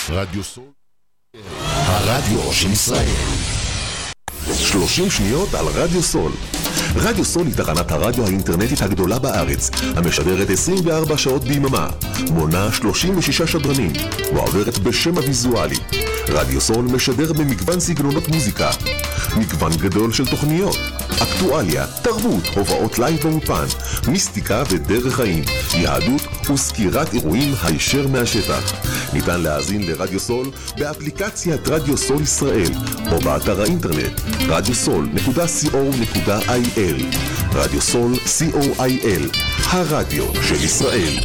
רדיו סול, הרדיו של ישראל. 30 שניות על רדיו סול. רדיו סול היא תחנת הרדיו האינטרנטית הגדולה בארץ, המשדרת 24 שעות ביממה, מונה 36 שדרנים, ועוברת בשם הוויזואלי. רדיו סול משדר במגוון סגנונות מוזיקה, מגוון גדול של תוכניות, אקטואליה, תרבות, הובאות לייב באופן, מיסטיקה ודרך חיים, יהדות וסקירת אירועים הישר מהשטח. ניתן להאזין לרדיו סול באפליקציית רדיו סול ישראל, או באתר האינטרנט radiosol.co.il. רדיו סול co.il, הרדיו של ישראל.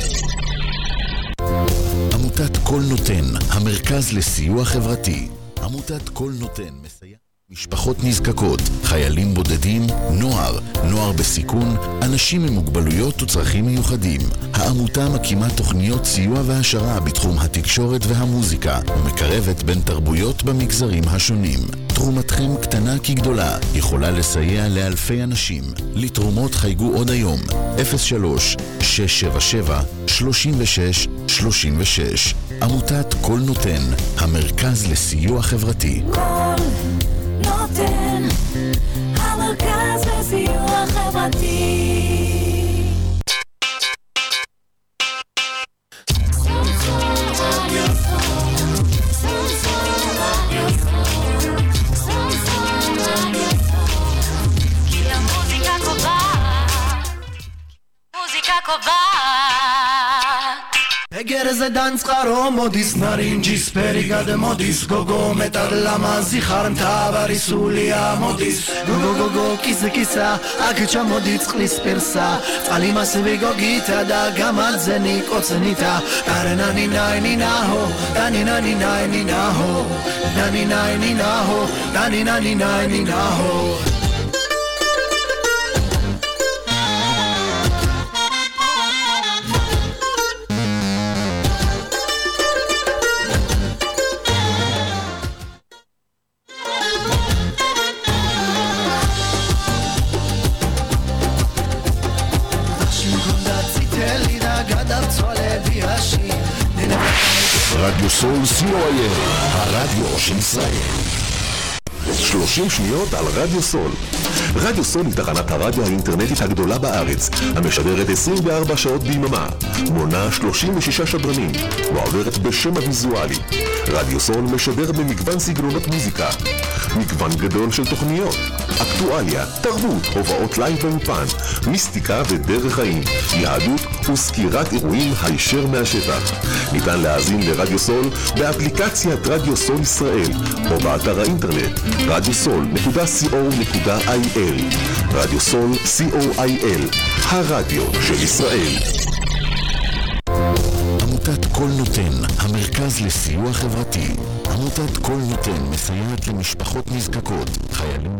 עמותת כל נותן, המרכז לסיוע חברתי. עמותת כל נותן מסייע משפחות נזקקות, חיילים בודדים, נוער בסיכון, אנשים עם מוגבלויות וצרכים מיוחדים. העמותה מקימה תוכניות סיוע והשרה בתחום התקשורת והמוזיקה, ומקרבת בין תרבויות במגזרים השונים. תרומתכם קטנה כגדולה, יכולה לסייע לאלפי אנשים. לתרומות חייגו עוד היום, 03-677-3636. עמותת כל נותן, המרכז לסיוע חברתי. נותן, המרכז לסיוע חברתי. כי המוזיקה קובעת. Eger ze dans kharo modis narinjis perigad modis gogo metar lama zikharm tavari sulia modis gogo go kisa akcha modis khlis persa qalima sevigo gita da gamal zeni kotsenita taranani nani naho dani nani nani naho dani nani naho dani nani nani naho. רדיו סול co.il, הרדיו של ישראל. 30 שניות על רדיו סול. רדיו סול היא תחנת הרדיו האינטרנטית הגדולה בארץ, המשדרת 24 שעות ביממה, מונה 36 שדרנים, ועוברת בשם הוויזואלי. רדיו סול משדר במגוון סגנונות מוזיקה, מגוון גדול של תוכניות, אקטואליה, תרבות, הובאות לייב באופן, מיסטיקה ודרך חיים, יהדות וסקירת אירועים הישר מהשטח. ניתן להאזין לרדיו סול באפליקציית רדיו סול ישראל, או באתר האינטרנט radiosol.co.il. רדיו סול co.il, הרדיו של ישראל. עמותת כל נותן, המרכז לסיוע חברתי. עמותת כל נותן מסייעת למשפחות נזקקות, חיילים.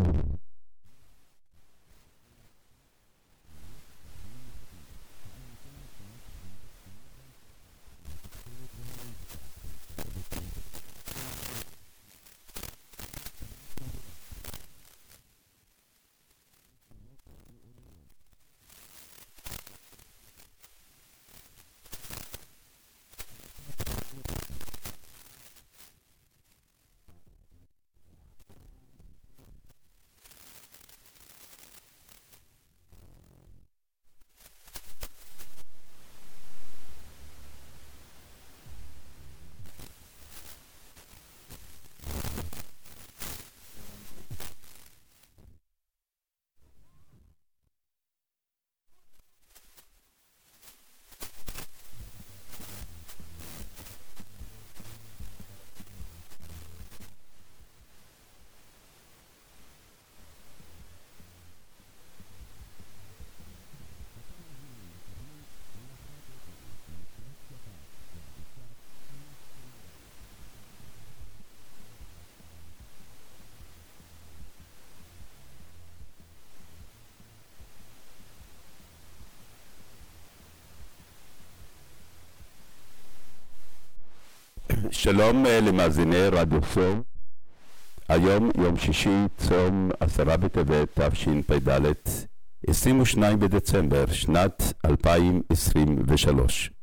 שלום למאזיני רדיו סול. היום יום שישי, צום 10 בטבת תשפ"ד, 22 בדצמבר שנת 2023.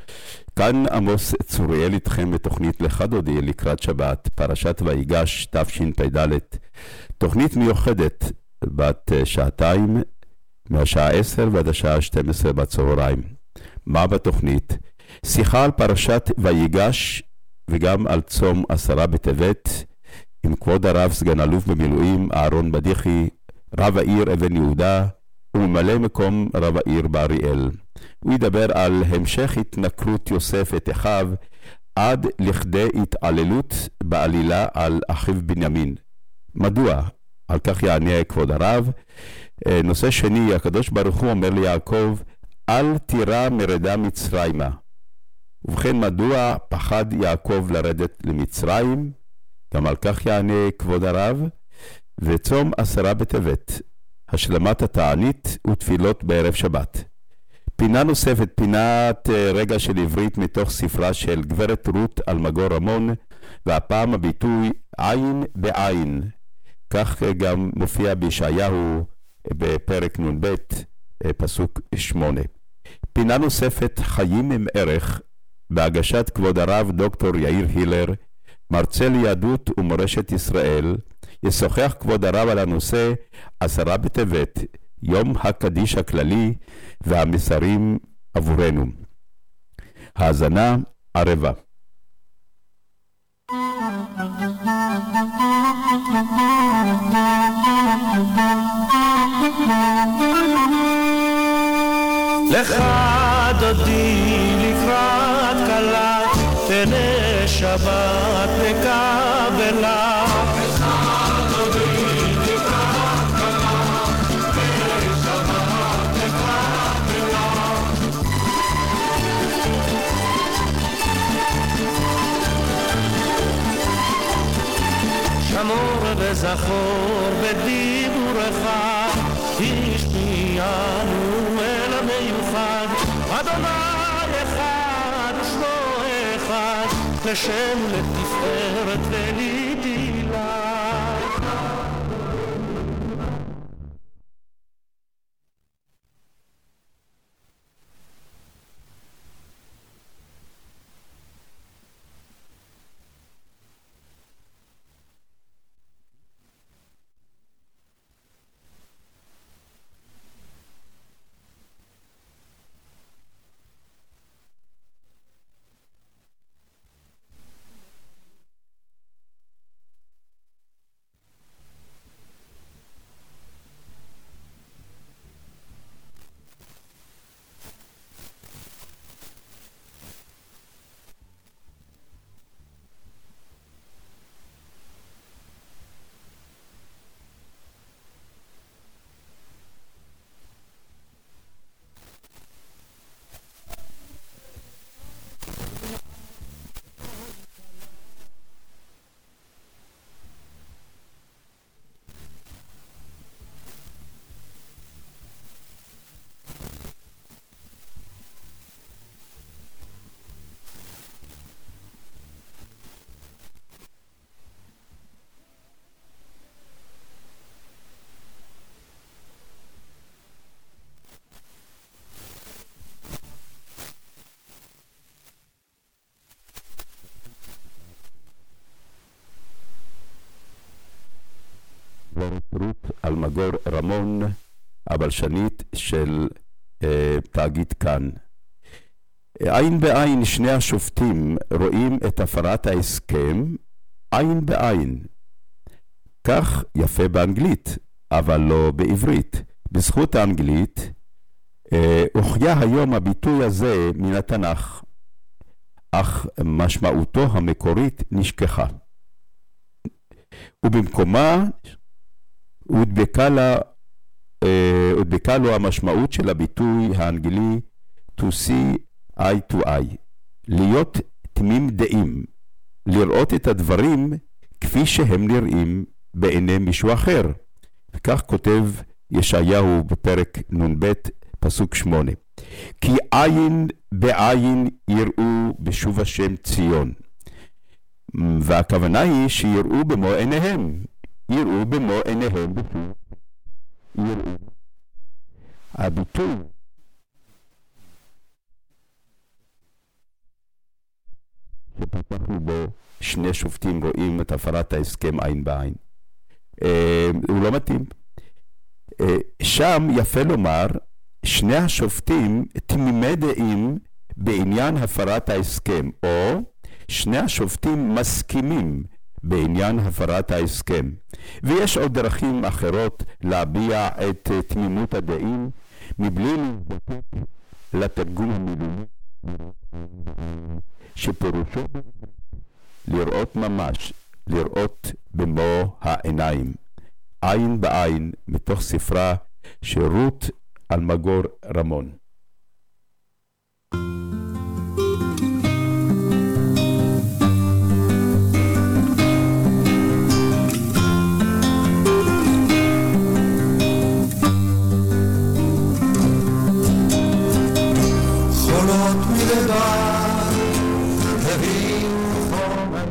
כאן עמוס צוריאל איתכם בתוכנית לך דודי לקראת שבת, פרשת ויגש תשפ"ד, תוכנית מיוחדת בת שעתיים, מהשעה 10 ועד השעה 12 בצהריים. מה בתוכנית? שיחה על פרשת ויגש וגם על צום 10 בטבת עם כבוד הרב סגן אלוף במילואים אהרון בדיחי, רב העיר אבן יהודה וממלא מקום רב העיר באריאל. הוא ידבר על המשך התנכרות יוסף את אחיו עד לכדי התעללות בעלילה על אחיו בנימין. מדוע? על כך יענה כבוד הרב. נושא שני, הקדוש ברוך הוא אומר ליעקב, אל תירא מרדה מצרימה. ובכן, מדוע פחד יעקב לרדת למצרים? גם על כך יענה כבוד הרב. וצום 10 בטבת, השלמת התענית ותפילות בערב שבת. פינה נוספת, פינת רגע של עברית מתוך ספרה של גברת רות אלמגור רמון, והפעם הביטוי עין בעין. כך גם מופיע בישעיהו בפרק נ"ב, פסוק 8. פינה נוספת, חיים עם ערך, בהגשת כבוד הרב דוקטור יאיר הילר, מרצה ליהדות ומורשת ישראל. ישוחח כבוד הרב על הנושא 10 בטבת, יום הקדיש הכללי והמסרים עבורנו. האזנה ערבה. לך דודי לקראת כלה, פני שבת נקבלה. לך דודי לקראת כלה, פני שבת נקבלה. שמור וזכור בדיבורך, השמיענו אל המיוחד, אדוני אחד ושמו אחד, לשם לתפארת ולתהילה. רות אלמגור רמון, הבלשנית של תאגיד כאן. עין בעין שני השופטים רואים את הפרת ההסכם עין בעין. כך יפה באנגלית, אבל לא בעברית. בזכות האנגלית הוחיה היום הביטוי הזה מן התנ"ך, אך משמעותו המקורית נשכחה. ובמקומה הודבקה לו המשמעות של הביטוי האנגלי to see eye to eye, להיות תמים דעים, לראות את הדברים כפי שהם נראים בעיני מישהו אחר. וכך כותב ישעיהו בפרק נ"ב פסוק 8, כי עין בעין יראו בשוב השם ציון. והכוונה היא שיראו במו עיניהם, יראו במו עיניהם בשוב, יראו. הביטוי שפתחנו בו, שני שופטים רואים את הפרת ההסכם עין בעין. הוא לא מתאים. שם יפה לומר, שני השופטים תמימי דעים בעניין הפרת ההסכם, או שני השופטים מסכימים בעניין הפרת ההסכם. ויש עוד דרכים אחרות להביע את תמימות הדעים, מבלי להזדקק לתרגום המילולי, שפירושו לראות ממש, לראות במו העיניים. עין בעין, מתוך ספרה של רות אלמגור רמון. חולות מדבר, תבין חומר.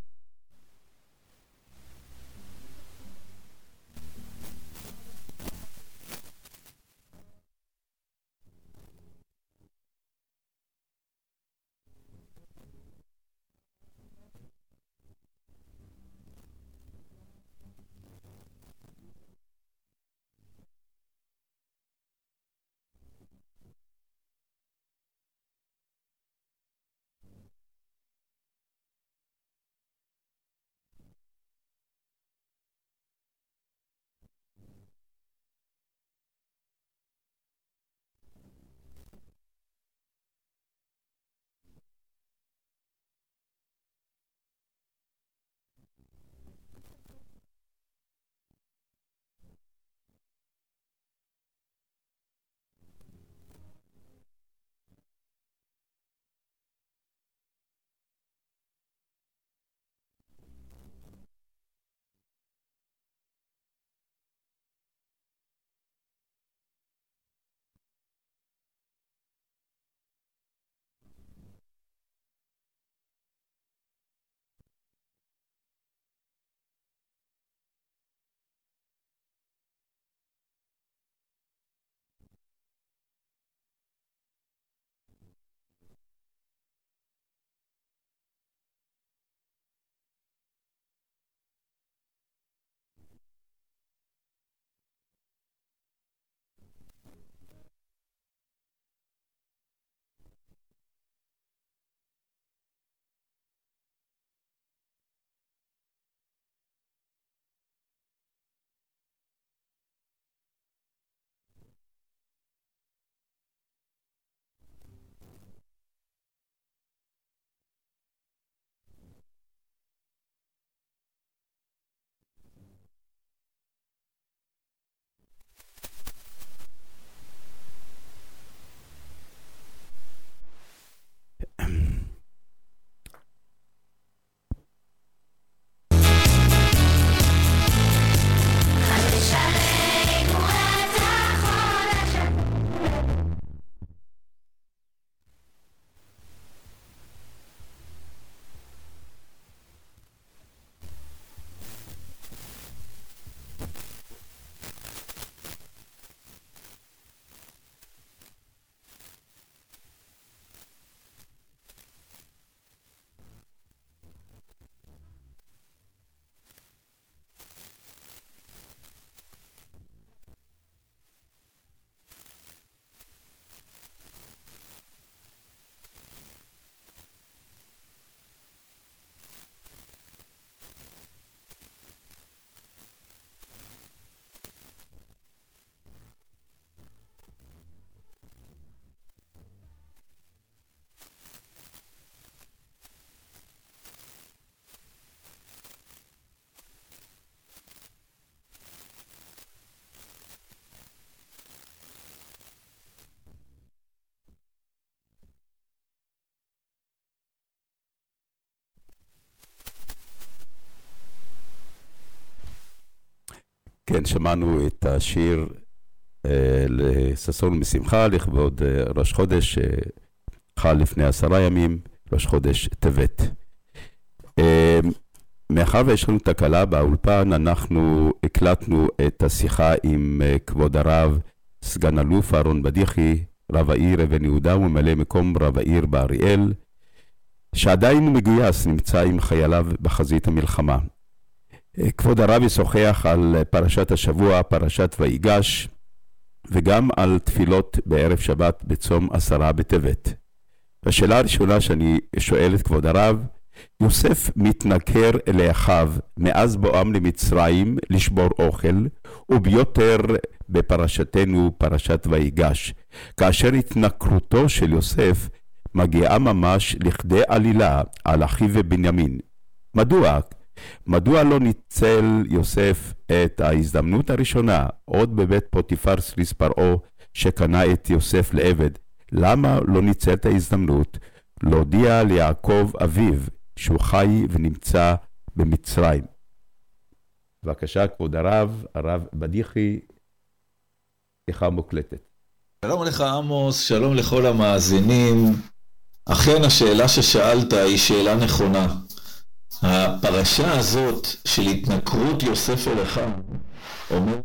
כן, שמענו את השיר לששון משמחה לכבוד ראש חודש, חל לפני 10 ימים, ראש חודש טבת. מאחר ויש לנו תקלה באולפן, אנחנו הקלטנו את השיחה עם כבוד הרב, סגן אלוף אהרון בדיחי, רב העיר אבן יהודה וממלא מקום רב העיר באריאל, שעדיין הוא מגויס, נמצא עם חייליו בחזית המלחמה. כבוד הרב ישוחח על פרשת השבוע, פרשת ויגש, וגם על תפילות בערב שבת בצום 10 בטבת. והשאלה הראשונה שאני שואל את כבוד הרב, יוסף מתנכר אל אחיו מאז בואם למצרים לשבור אוכל, וביותר בפרשתנו, פרשת ויגש, כאשר התנכרותו של יוסף מגיעה ממש לכדי עלילה על אחיו בנימין. מדוע לא ניצל יוסף את ההזדמנות הראשונה, עוד בבית פוטיפר סריס פרעה שקנה את יוסף לעבד? למה לא ניצל את ההזדמנות להודיע ליעקב אביו שהוא חי ונמצא במצרים? בבקשה כבוד הרב בדיחי, שיחה מוקלטת. שלום לך עמוס, שלום לכל המאזינים. אכן השאלה ששאלת היא שאלה נכונה. הפרשה הזאת של התנכרות יוסף אל אחיו אומר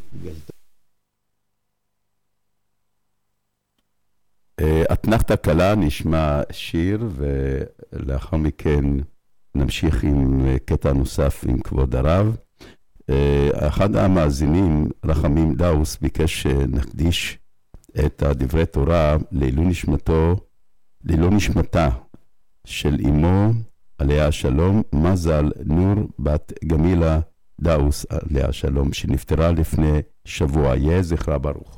אתנחתא קלה, נשמע שיר, ולאחר מכן נמשיך עם קטע נוסף עם כבוד הרב. אחד המאזינים, רחמים דאוס, ביקש שנקדיש את הדברי תורה לעילוי נשמתה של אמו, עליה השלום, מזל נור בת גמילה דאוס, עליה השלום, שנפטרה לפני שבוע. יהיה זכרה ברוך.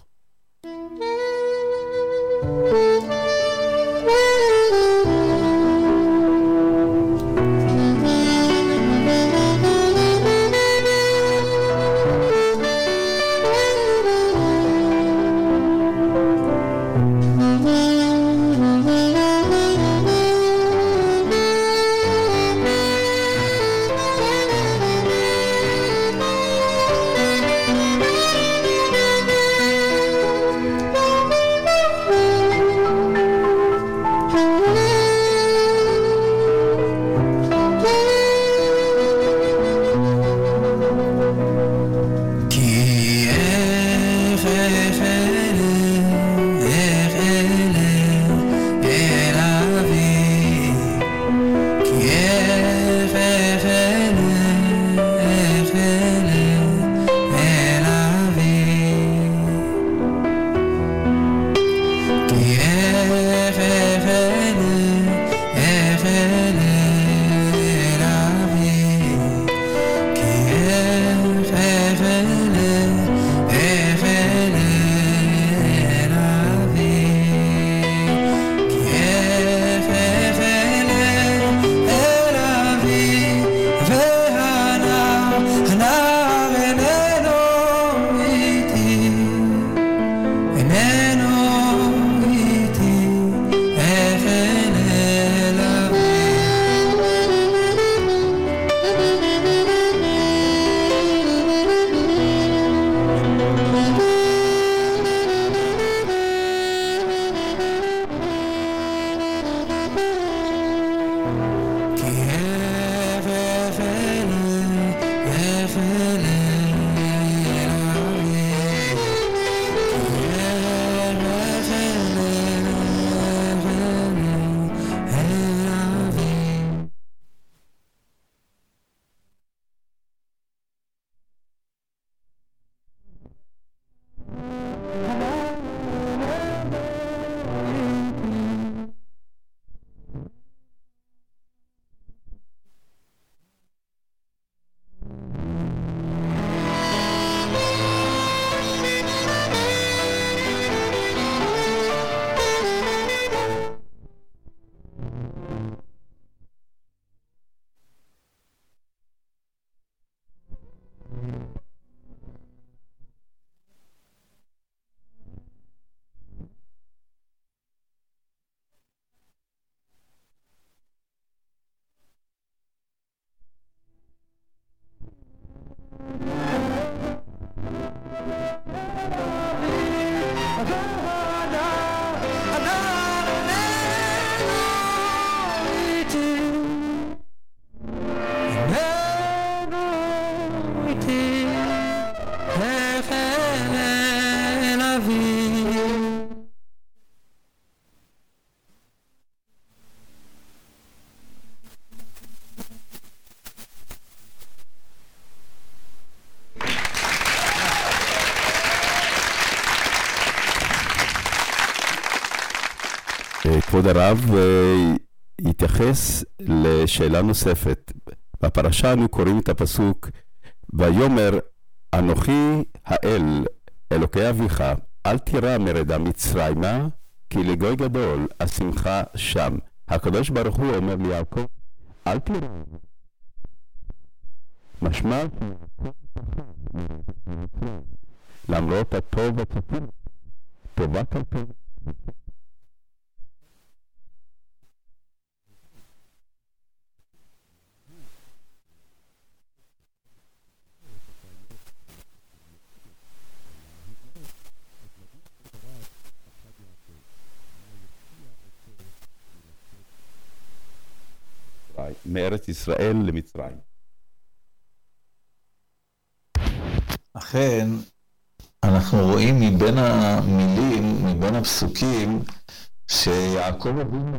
כבוד הרב יתייחס לשאלה נוספת. בפרשה אנו קוראים את הפסוק, ויאמר אנוכי האל, אלוקי אביך, אל תירא מרדה מצרימה, כי לגוי גדול השמחה שם. הקדוש ברוך הוא אומר ליעקב, אל תירא. משמע למרות הטוב הצפון, טובה כלפי. מארץ ישראל למצרים. אכן, אנחנו רואים מבין המילים, מבין הפסוקים, שיעקב אבינו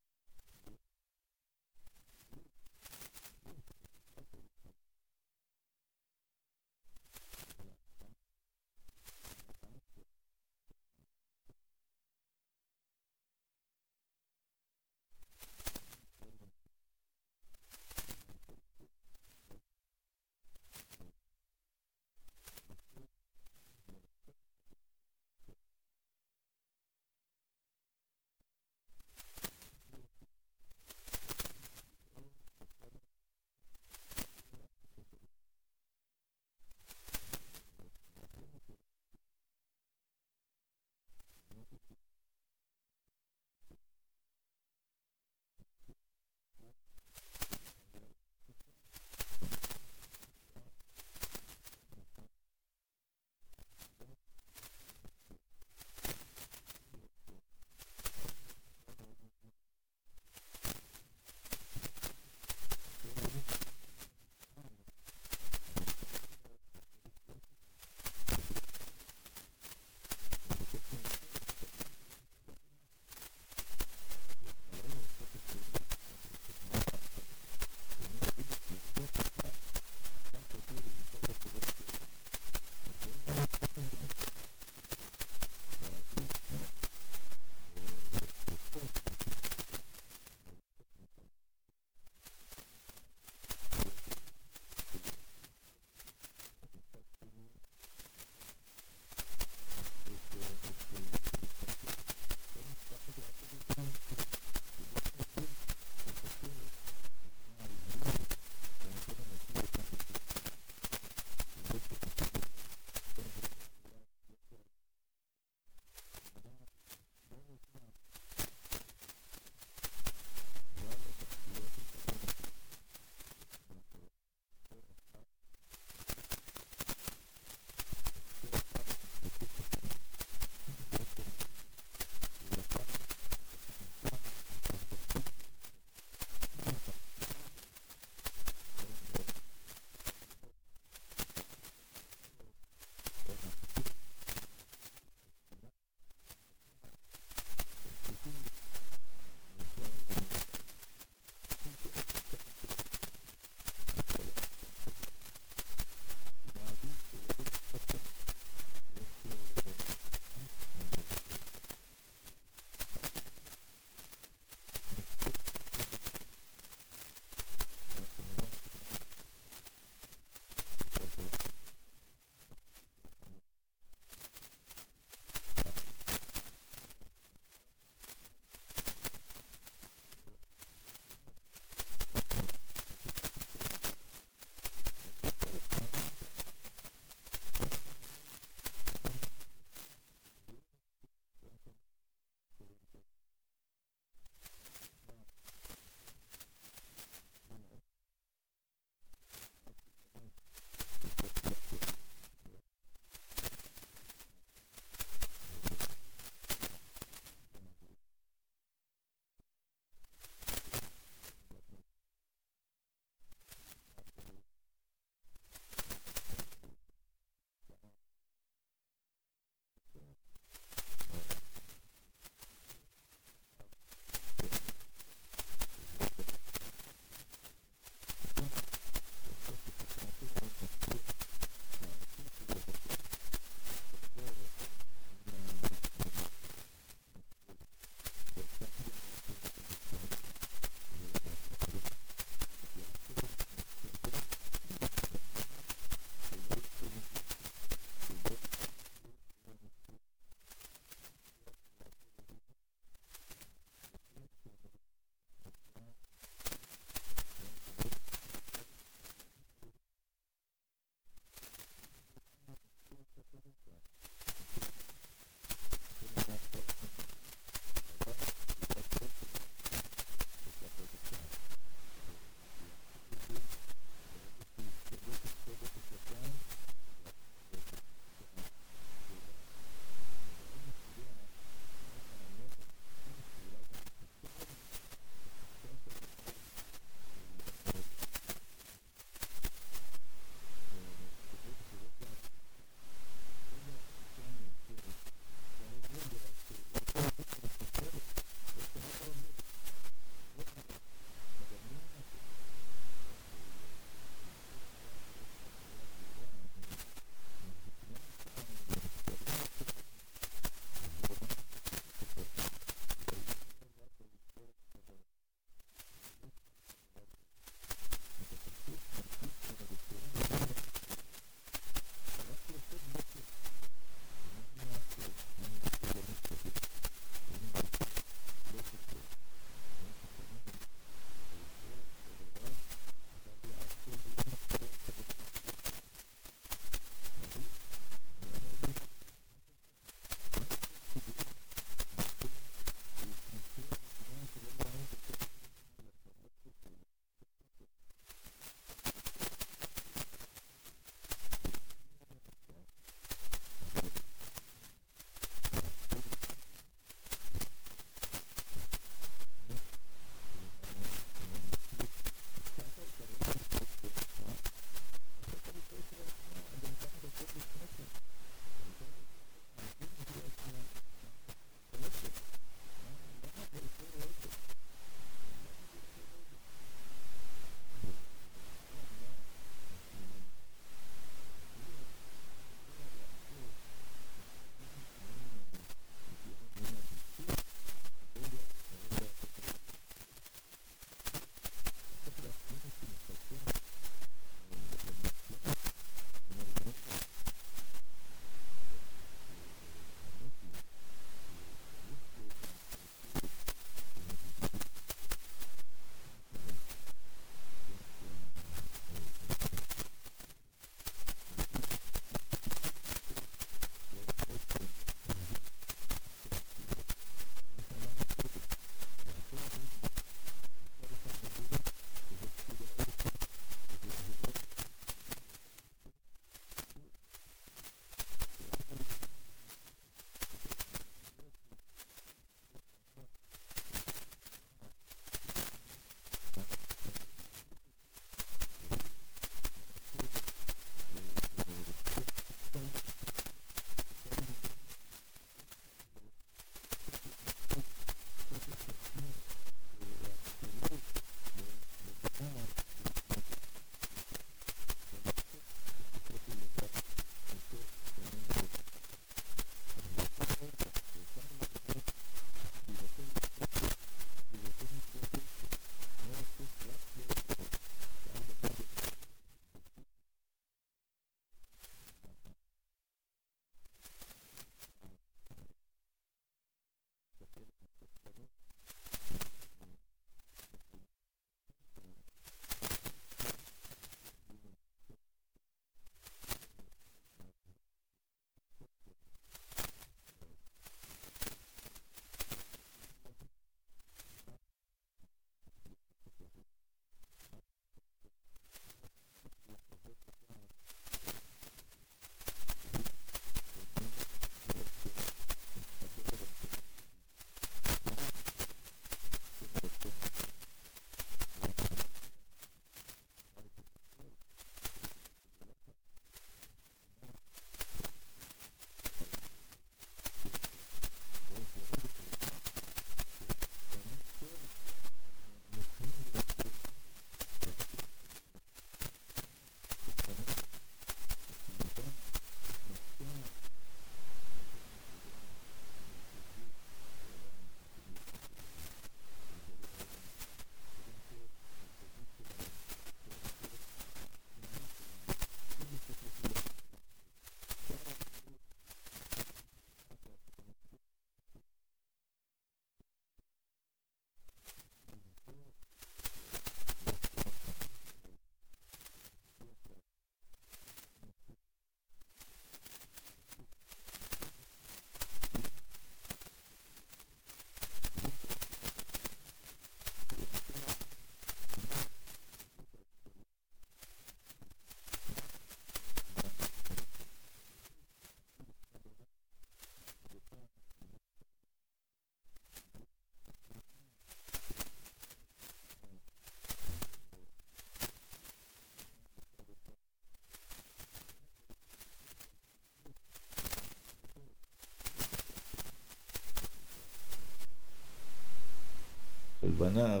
בניו.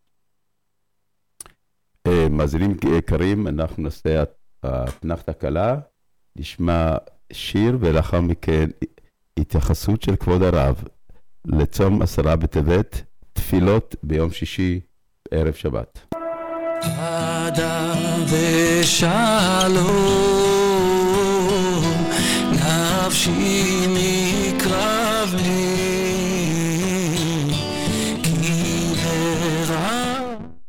מאזינים יקרים, אנחנו נעשה אתנחתא קלה, נשמע שיר ולאחר מכן התייחסות של כבוד הרב לצום 10 בטבת, תפילות ביום שישי ערב שבת. אדם ושלום נפשי מקרב לי כי לרע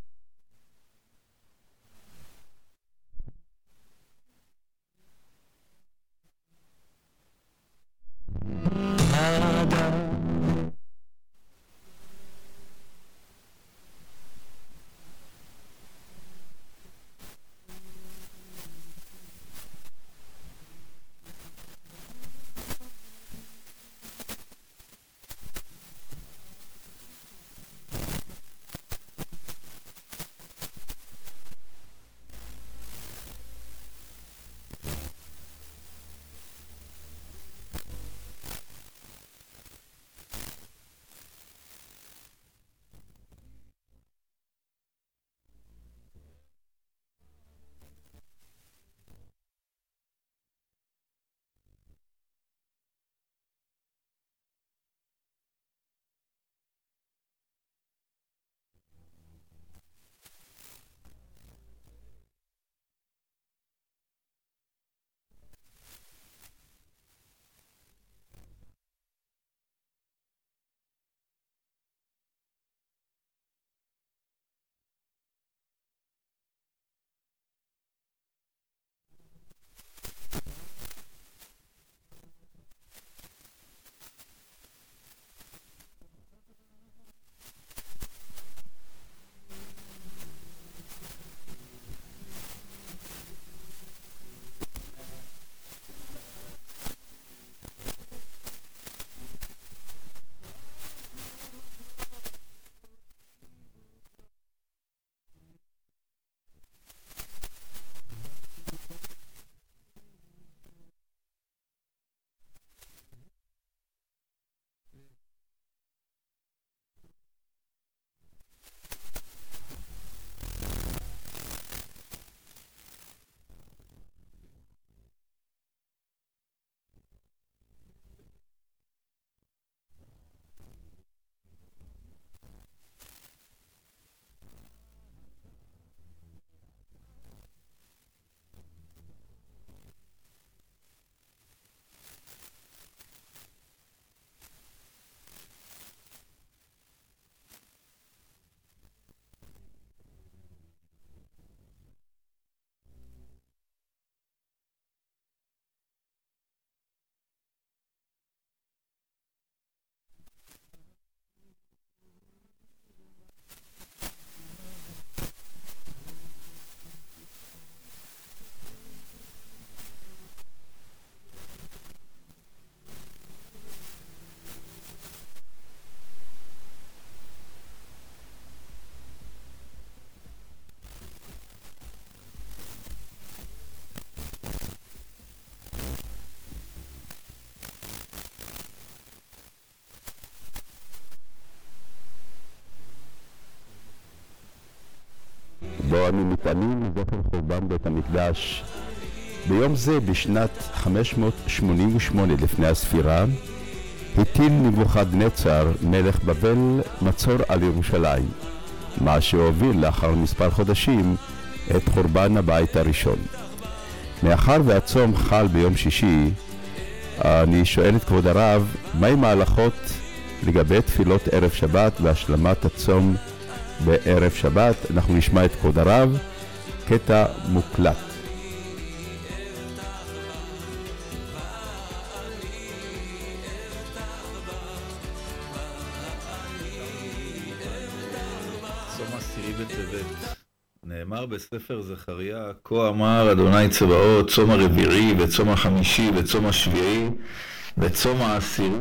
בו אנו מתעלים לזכר חורבן בית המקדש. ביום זה, בשנת 588 לפני הספירה, הטיל נבוכדנצר מלך בבל מצור על ירושלים, מה שהוביל לאחר מספר חודשים את חורבן הבית הראשון. מאחר והצום חל ביום שישי, אני שואל את כבוד הרב, מהי ההלכות לגבי תפילות ערב שבת והשלמת הצום בערב שבת? אנחנו נשמע את כבוד הרב, קטע מוקלט. צום 10 בטבת. נאמר בספר זכריה, כה אמר אדוני צבאות, צום הרביעי וצום החמישי וצום השביעי וצום העשירי.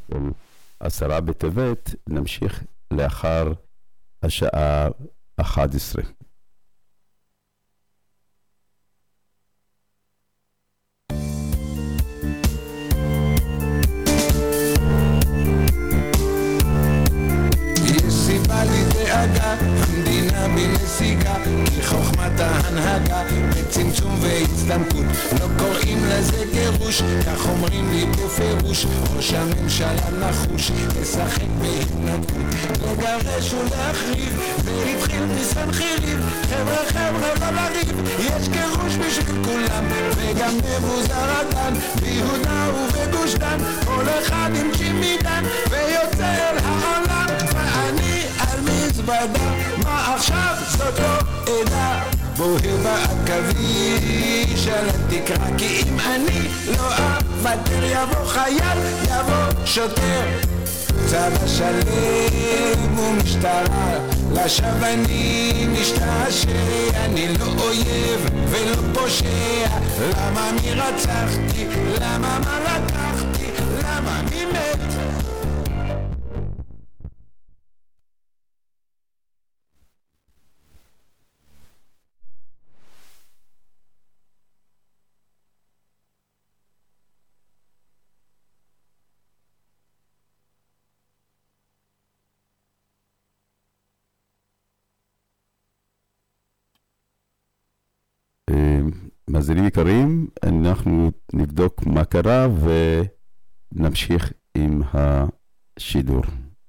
סול 10 בטבת, נמשיך לאחר השעה 11. המדינה בנסיגה, כי חוכמת ההנהגה בצמצום והצטמקות, לא קוראים לזה גירוש, כך אומרים לי בפירוש, ראש הממשלה נחוש לשחק בהתנדבות, לגרש ולהחריב, זה התחיל מסנחריב, חבר'ה לא לריב, יש גירוש בשביל כולם, וגם מבוזר אדם, ביהודה ובגוש דן, כל אחד עם צ'ימידן, ויוצא אל העולם, ואני על מזוודה, מה עכשיו זאת לא עדה, בוהה בעכביש על התקרה, כי אם אני לא אוותר, יבוא חייל, יבוא שוטר, צבא שלם ומשטרה, לשווא אני משתעשע, אני לא אויב ולא פושע, למה מי רצחתי, למה מה לקחתי, למה מי מת. מאזינים יקרים, אנחנו נבדוק מה קרה ונמשיך עם השידור.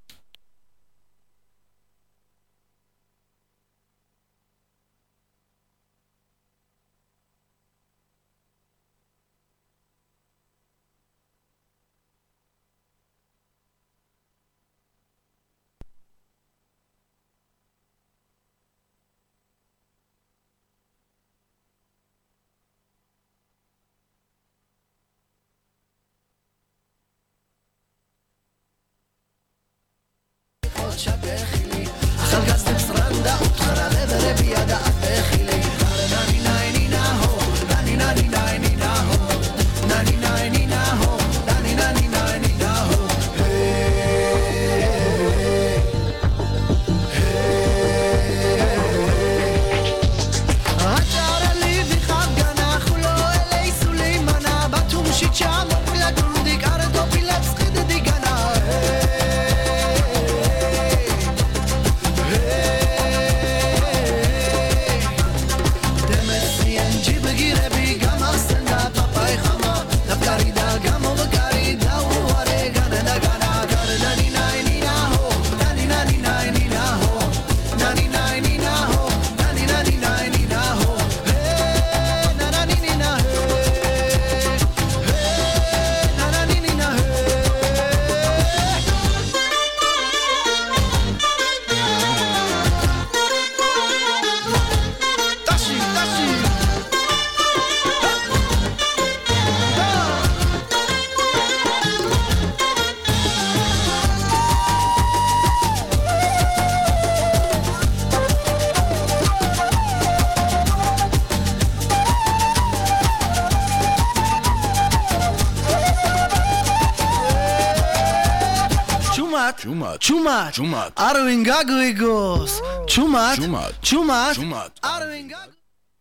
Chumat, Arwingagwigos, Chumat, Arwingag.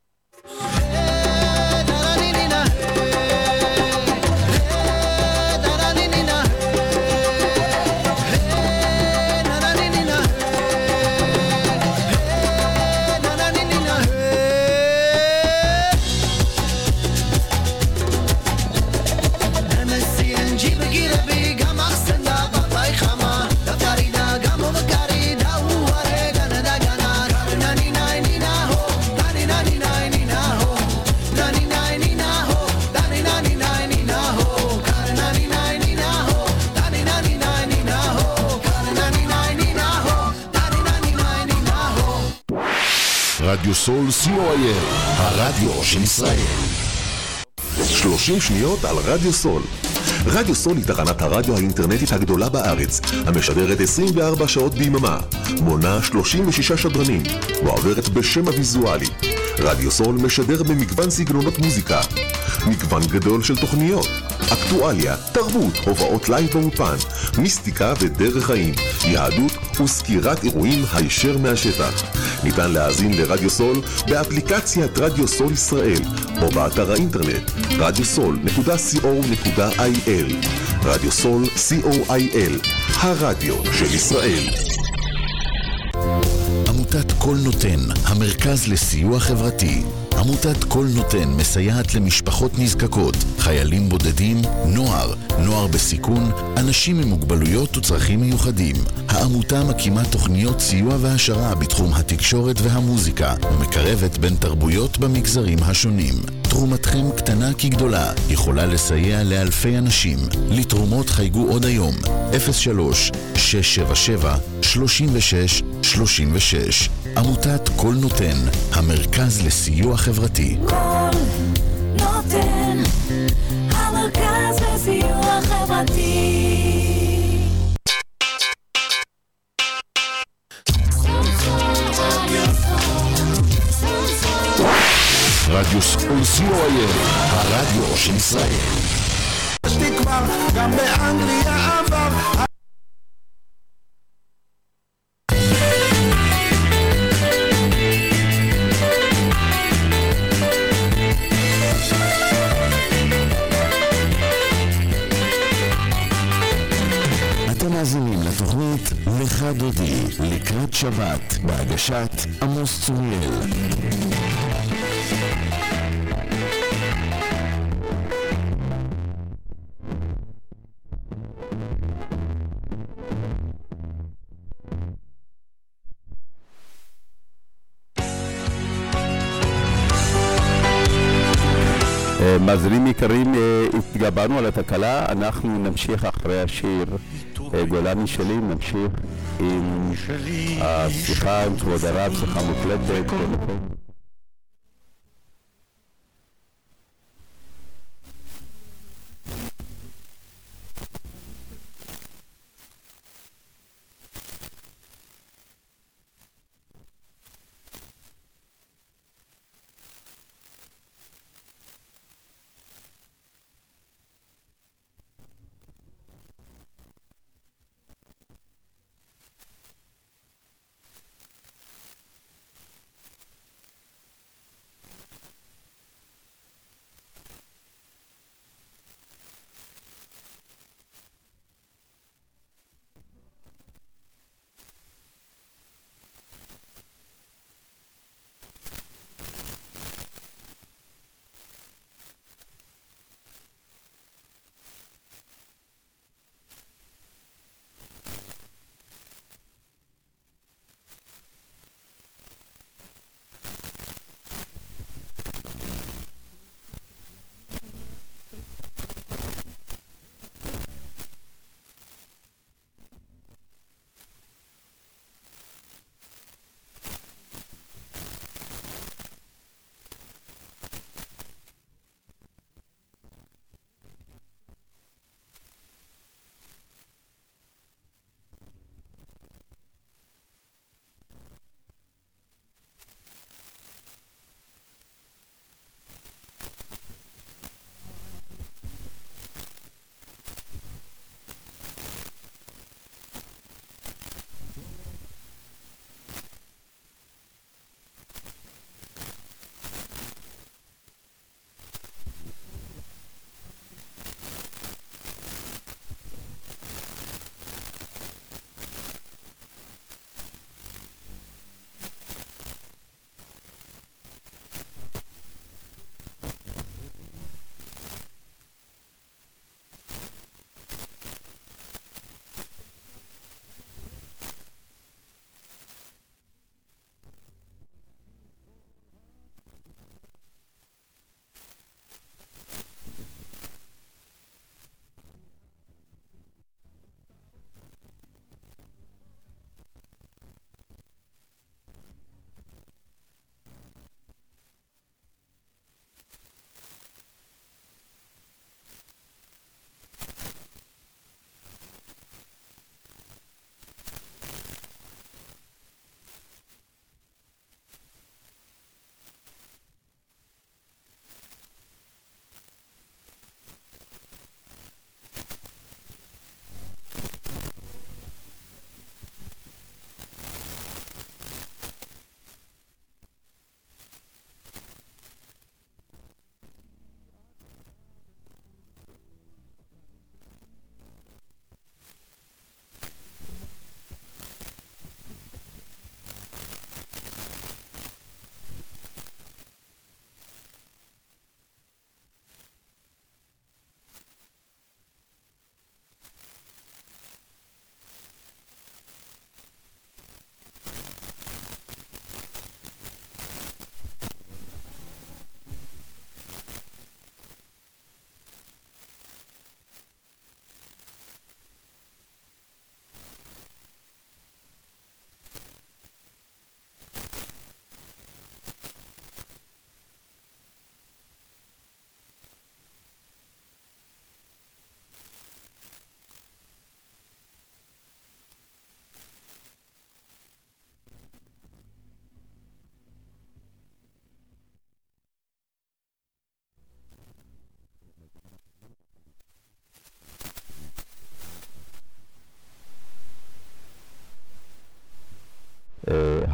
רדיו סול co.il, הרדיו של ישראל. 30 שניות על רדיו סול. רדיו סול היא תחנת הרדיו האינטרנטית הגדולה בארץ, המשדרת 24 שעות ביממה, מונה 36 שדרנים, מועברת בשם הוויזואלי. רדיו סול משדר במגוון סגנונות מוזיקה. מגוון גדול של תוכניות, אקטואליה, תרבות, הובאות לייב באופן, מיסטיקה ודרך חיים, יהדות וסקירת אירועים הישר מהשטח. ניתן להאזין לרדיו סול באפליקציית רדיו סול ישראל או באתר האינטרנט radiosol.co.il. רדיו סול co.il, הרדיו של ישראל. עמותת כל נותן, המרכז לסיוע חברתי. עמותת כל נותן מסייעת למשפחות נזקקות, חיילים בודדים, נוער בסיכון, אנשים עם מוגבלויות וצרכים מיוחדים. העמותה מקימה תוכניות סיוע והשרה בתחום התקשורת והמוזיקה, ומקרבת בין תרבויות במגזרים השונים. תרומתכם קטנה כגדולה, יכולה לסייע לאלפי אנשים. לתרומות חייגו עוד היום, 03-677-3636. עמותת כל נותן, המרכז לסיוע חברתי. כל נותן, המרכז לסיוע חברתי. רדיו סול co.il, הרדיו של ישראל. תקווה, גם באנגליה עבר. אתם מאזינים לתוכנית לך דודי, לקראת שבת, בהגשת עמוס צוריאל. מאזינים יקרים, התגברנו על התקלה, אנחנו נמשיך אחרי השיר גולני שלי, נמשיך עם השיחה עם כבוד הרב, שיחה מוקלטת.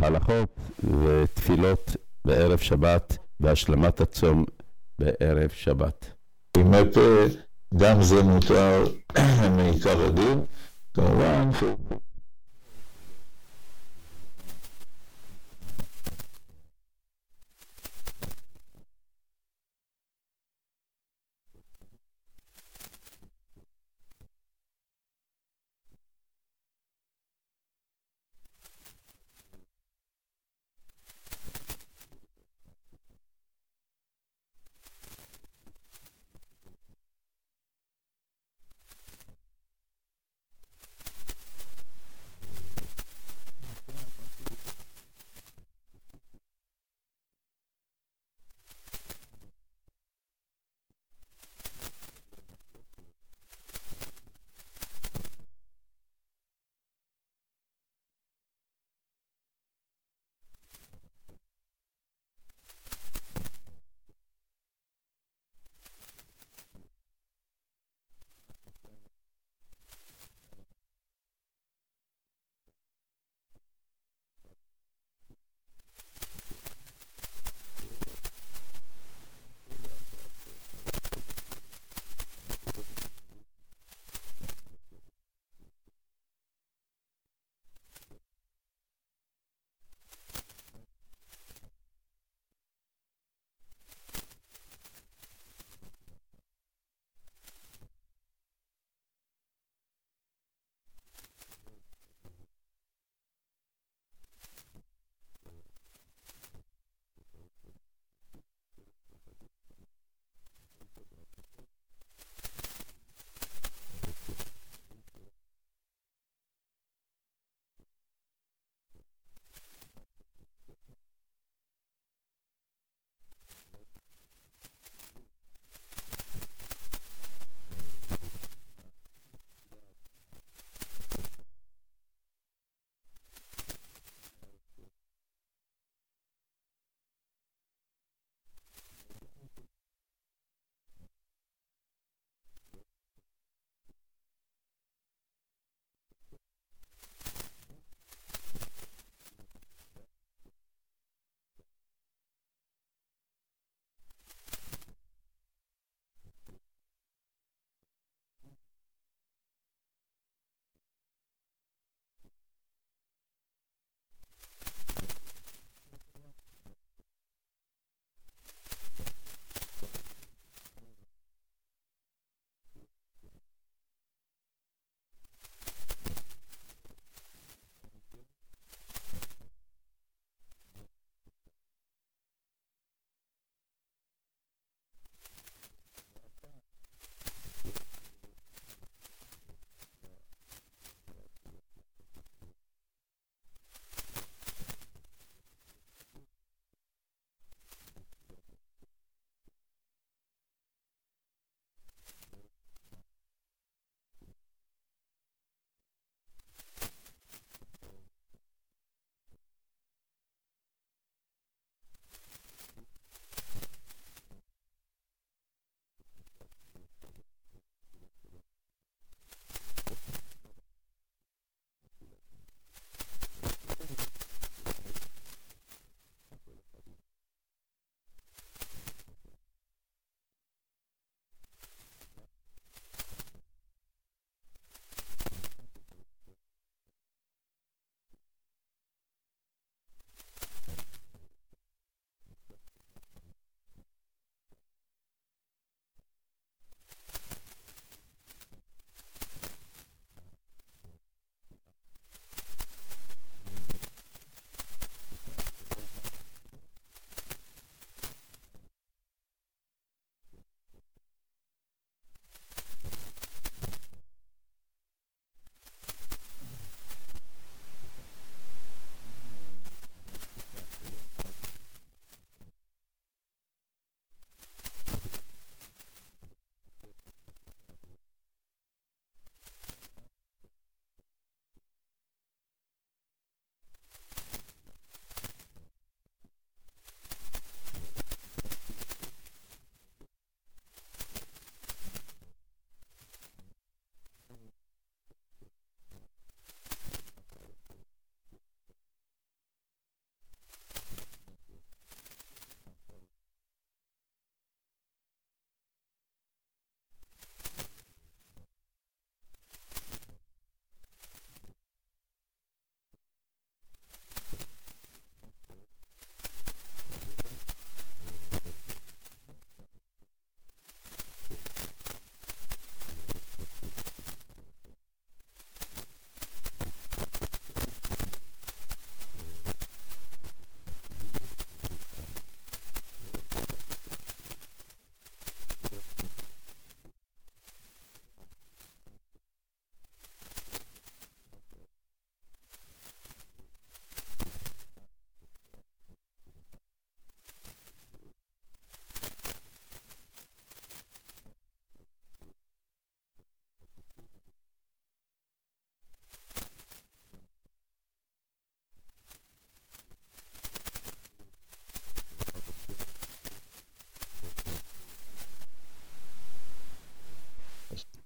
הלכות ותפילות בערב שבת והשלמת הצום בערב שבת. עם הפה, גם זה מותר מעיקר הדין, כמובן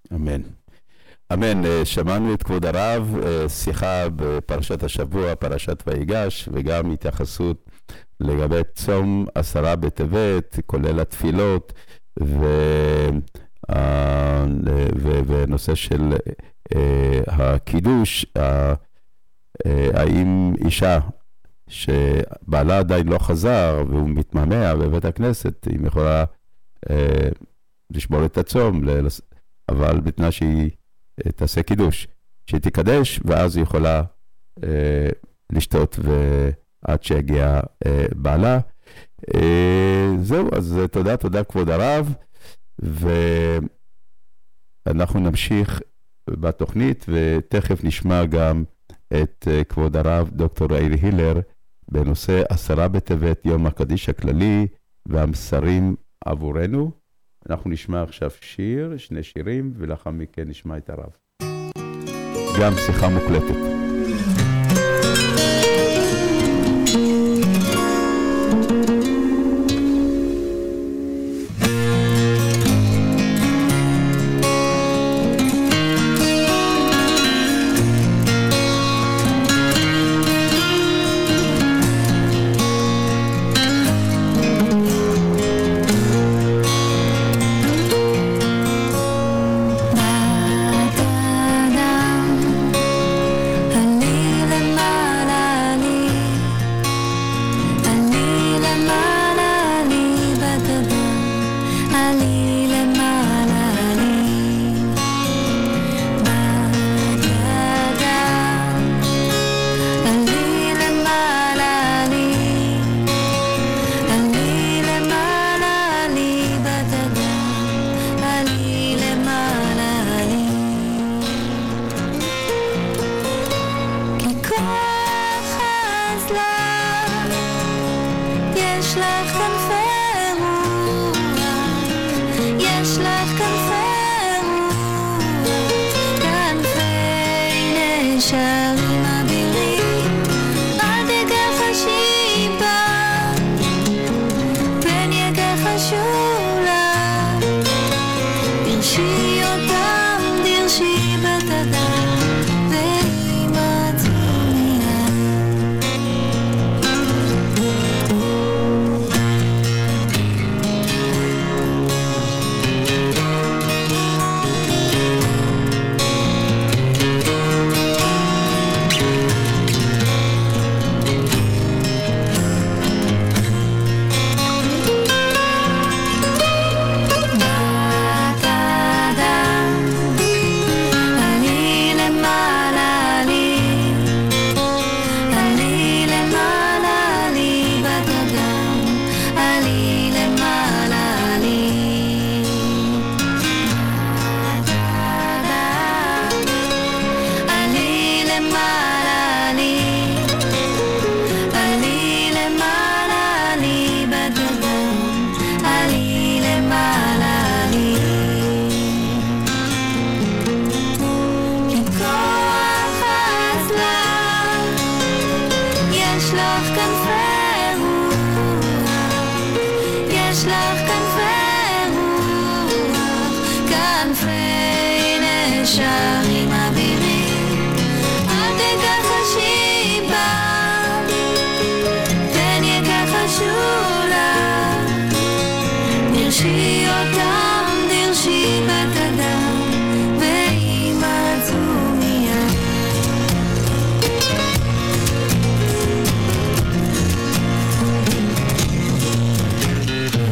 אמן. אמן. שמענו את כבוד הרב, שיחה בפרשת השבוע, פרשת ויגש, וגם התייחסות לגבי צום 10 בטבת, כולל התפילות, ונושא של הקידוש, האם אישה שבעלה עדיין לא חזר והוא מתמהמה בבית הכנסת, היא יכולה לשבור את הצום, אבל בתנאי שהיא תעשה קידוש, שהיא תקדש, ואז היא יכולה לשתות עד שיגיע בעלה. זהו, אז תודה כבוד הרב, ואנחנו נמשיך בתוכנית, ותכף נשמע גם את כבוד הרב דוקטור יאיר הילר בנושא 10 בטבת, יום הקדיש הכללי והמסרים עבורנו. אנחנו נשמע עכשיו שיר, 2 שירים, ולאחר מכן נשמע את הרב. גם שיחה מוקלטת.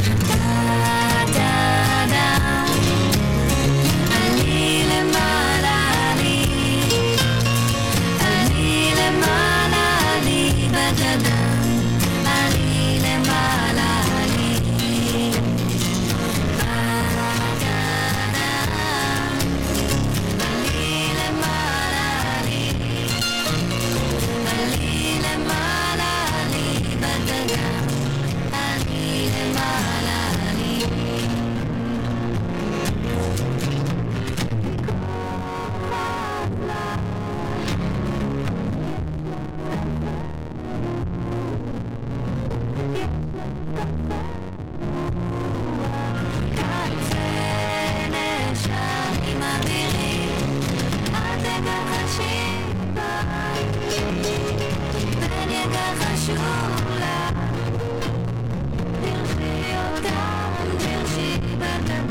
למעלה כך חשוב לה. תרשי אותם, תרשי בקטן.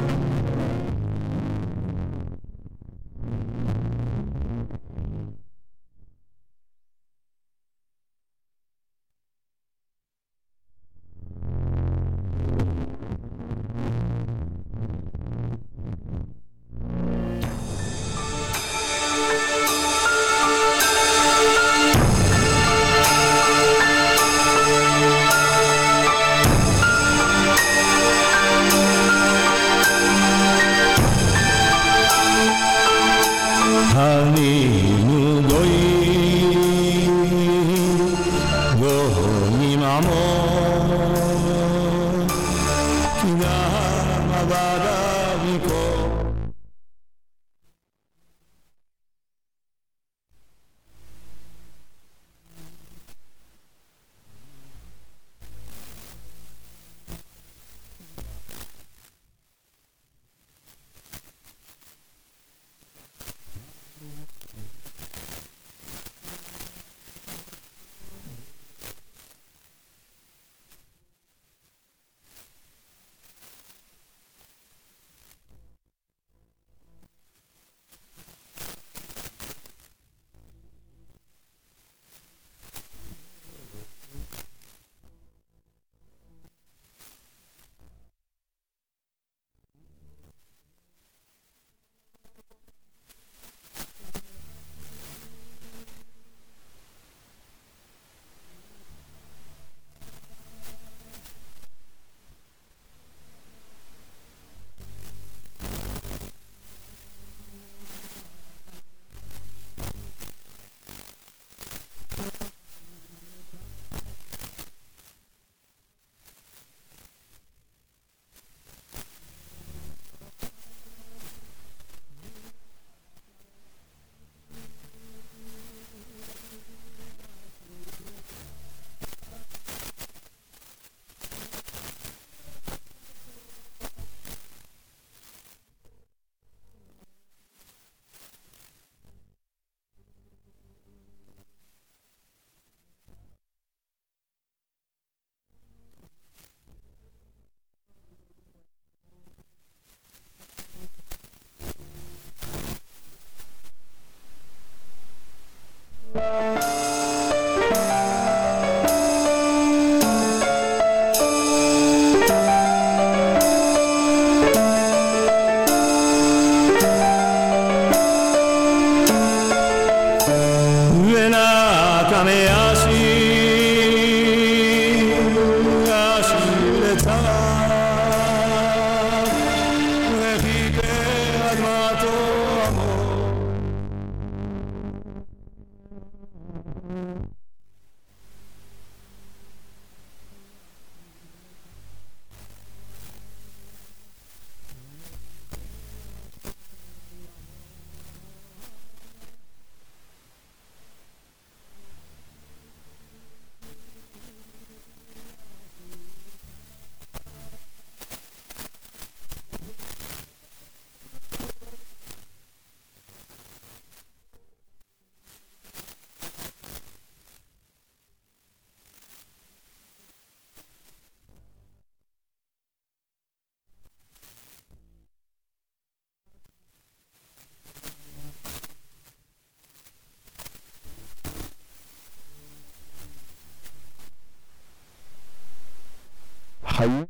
חיים.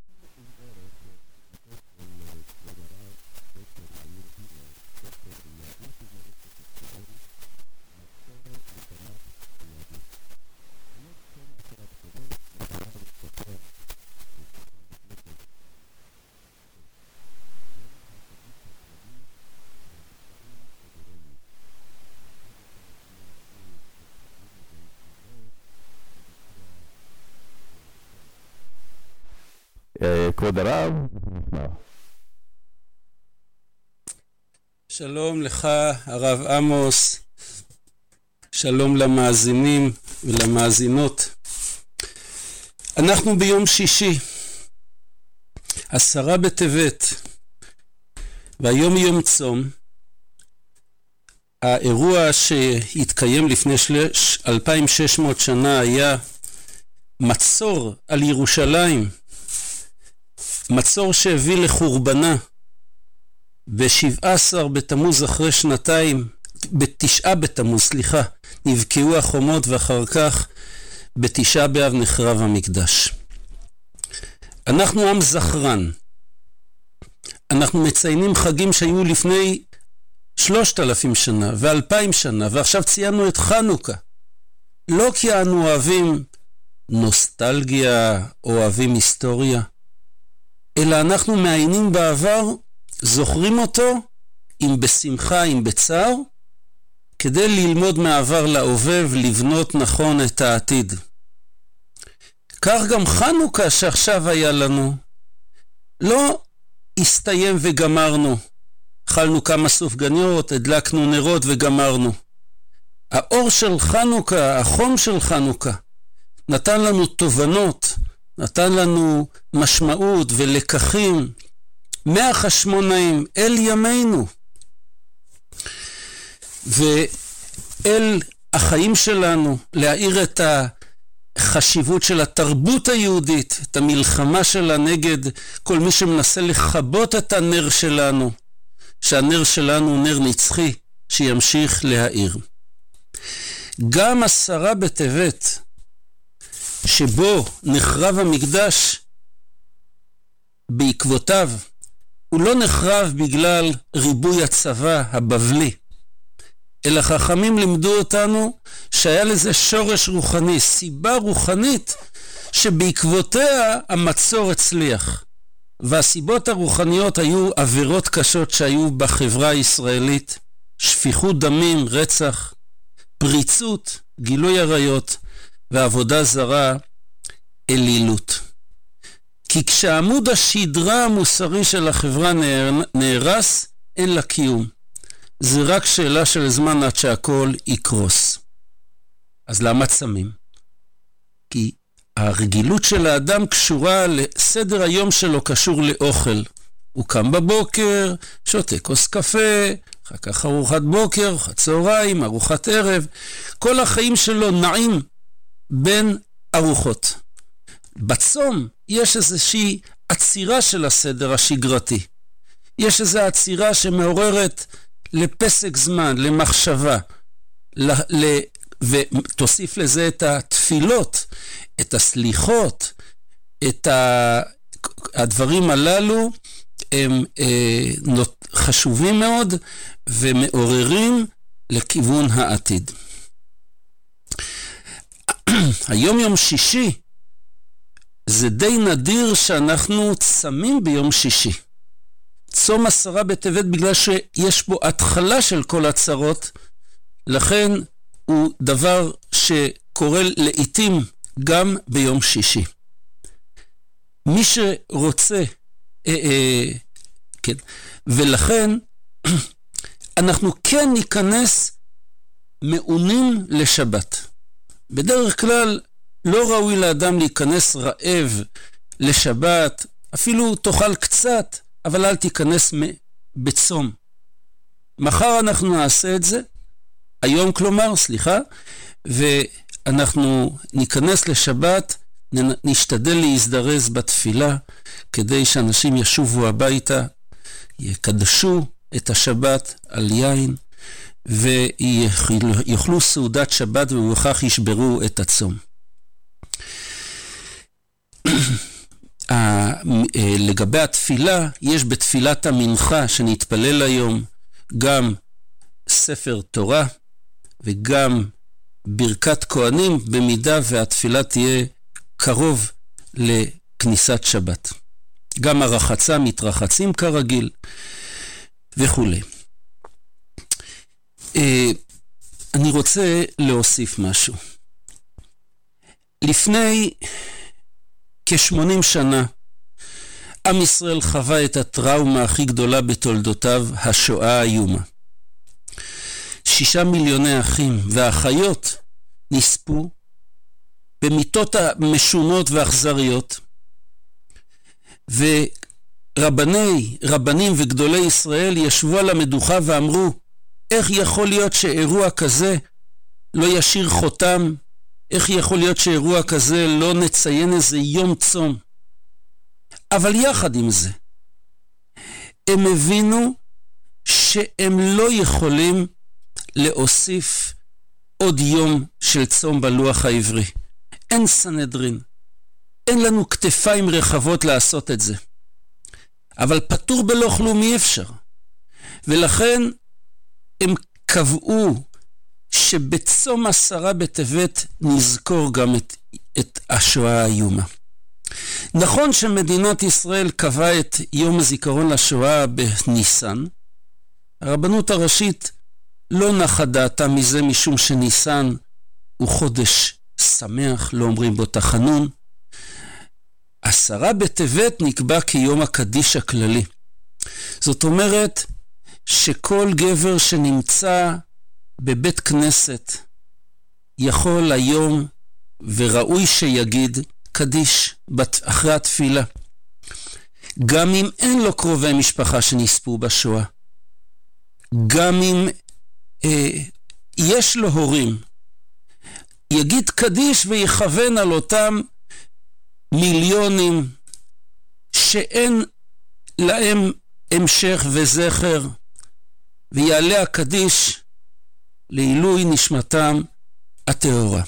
כבוד הרב. שלום לך הרב עמוס, שלום למאזינים ולמאזינות. אנחנו ביום שישי, 10 בטבת, והיום יום צום. האירוע שהתקיים לפני 2600 שנה היה מצור על ירושלים, מצור שהביא לחורבנה ב-17 בתמוז אחרי שנתיים, ב9 בתמוז, נבקעו החומות ואחר כך ב9 באב נחרב המקדש. אנחנו עם זכרן. אנחנו מציינים חגים שהיו לפני 3,000 שנה ו2,000 שנה, ועכשיו ציינו את חנוכה. לא כי אנו אוהבים נוסטלגיה או אוהבים היסטוריה, אלא אנחנו מעיינים בעבר, זוכרים אותו, אם בשמחה, אם בצער, כדי ללמוד מעבר להווה ולבנות נכון את העתיד. כך גם חנוכה שעכשיו היה לנו, לא הסתיים וגמרנו. אכלנו כמה סופגניות, הדלקנו נרות וגמרנו. האור של חנוכה, החום של חנוכה, נתן לנו תובנות, נתן לנו משמעות ולקחים מהחשמונאים אל ימינו ואל החיים שלנו, להאיר את החשיבות של התרבות היהודית, את המלחמה שלה נגד כל מי שמנסה לכבות את הנר שלנו, שהנר שלנו הוא נר נצחי שימשיך להאיר. גם 10 בטבת שבו נחרב המקדש, בעקבותיו הוא לא נחרב בגלל ריבוי הצבא הבבלי, אלא חכמים לימדו אותנו שהיה לזה שורש רוחני, סיבה רוחנית שבעקבותיה המצור הצליח. והסיבות הרוחניות היו עבירות קשות שהיו בחברה הישראלית, שפיכות דמים, רצח, פריצות, גילוי עריות ועבודה זרה, אלילות. כי כשעמוד השדרה המוסרי של החברה נהרס, אין לה קיום. זה רק שאלה של זמן עד שהכל יקרוס. אז למה צמים? כי הרגילות של האדם קשורה לסדר היום שלו, קשור לאוכל. הוא קם בבוקר, שותה כוס קפה, אחר כך ארוחת בוקר, ארוחת צהריים, ארוחת ערב. כל החיים שלו נעים בין ארוחות. בצום יש איזושהי עצירה של הסדר השגרתי. יש איזו עצירה שמעוררת לפסק זמן, למחשבה, ותוסיף לזה את התפילות, את הסליחות, את הדברים הללו, הם חשובים מאוד ומעוררים לכיוון העתיד. היום יום שישי, זה די נדיר שאנחנו צמים ביום שישי. צום 10 בטבת בגלל שיש בו התחלה של כל הצרות, לכן הוא דבר שקורה לעתים גם ביום שישי. מי שרוצה, כן, ולכן אנחנו כן ניכנס מעונים לשבת. בדרך כלל לא ראוי לאדם להיכנס רעב לשבת, אפילו תאכל קצת, אבל אל תיכנס בצום. מחר אנחנו נעשה את זה, היום כלומר, ואנחנו ניכנס לשבת, נשתדל להזדרז בתפילה, כדי שאנשים ישובו הביתה, יקדשו את השבת על יין, ויאכלו סעודת שבת ובכך ישברו את הצום. לגבי התפילה, יש בתפילת המנחה שנתפלל היום גם ספר תורה וגם ברכת כהנים, במידה והתפילה תהיה קרוב לכניסת שבת. גם הרחצה מתרחצים כרגיל וכו'. אני רוצה להוסיף משהו. לפני כ-80 שנה, עם ישראל חווה את הטראומה הכי גדולה בתולדותיו, השואה האיומה. 6 מיליוני אחים ואחיות נספו במיתות המשונות ואכזריות, ורבנים וגדולי ישראל ישבו על המדוכה ואמרו, איך יכול להיות שאירוע כזה לא ישאיר חותם? איך יכול להיות שאירוע כזה לא נציין איזה יום צום? אבל יחד עם זה, הם הבינו שהם לא יכולים להוסיף עוד יום של צום בלוח העברי. אין סנהדרין. אין לנו כתפיים רחבות לעשות את זה. אבל פטור בלא כלום אי אפשר. ולכן הם קבעו שבצום 10 בטבת נזכור גם את השואה האיומה. נכון שמדינת ישראל קבעה את יום הזיכרון לשואה בניסן. הרבנות הראשית לא נחה דעתה מזה משום שניסן הוא חודש שמח, לא אומרים בו תחנון. 10 בטבת נקבע כיום הקדיש הכללי. זאת אומרת שכל גבר שנמצא בבית כנסת יכול היום וראוי שיגיד קדיש אחרי התפילה. גם אם אין לו קרובי משפחה שנספו בשואה. גם אם יש לו הורים. יגיד קדיש ויכוון על אותם מיליונים שאין להם המשך וזכר, ויעלה הקדיש לעילוי נשמתם הטהורה.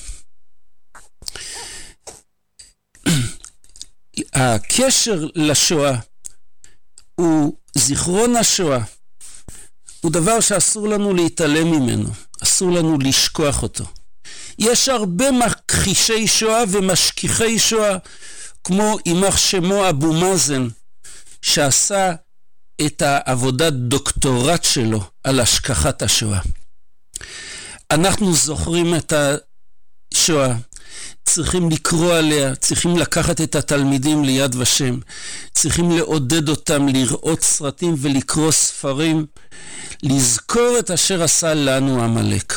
הקשר לשואה הוא זיכרון השואה, הוא דבר שאסור לנו להתעלם ממנו, אסור לנו לשכוח אותו. יש הרבה מכחישי שואה ומשכיחי שואה, כמו יימח שמו אבו מאזן, שעשה את העבודת דוקטורט שלו על השכחת השואה. אנחנו זוכרים את השואה, צריכים לקרוא עליה, צריכים לקחת את התלמידים ליד ושם, צריכים לעודד אותם לראות סרטים ולקרוא ספרים, לזכור את אשר עשה לנו עמלק.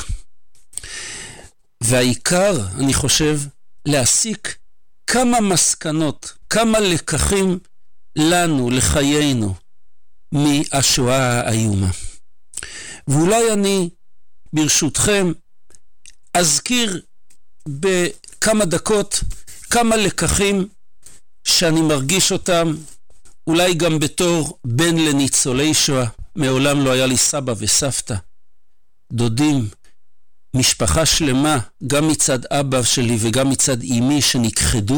והעיקר, אני חושב, להסיק כמה מסקנות, כמה לקחים לנו, לחיינו, מהשואה האיומה. ואולי אני, ברשותכם, אזכיר בכמה דקות כמה לקחים שאני מרגיש אותם, אולי גם בתור בן לניצולי שואה. מעולם לא היה לי סבא וסבתא, דודים, משפחה שלמה, גם מצד אבא שלי וגם מצד אמי שנכחדו.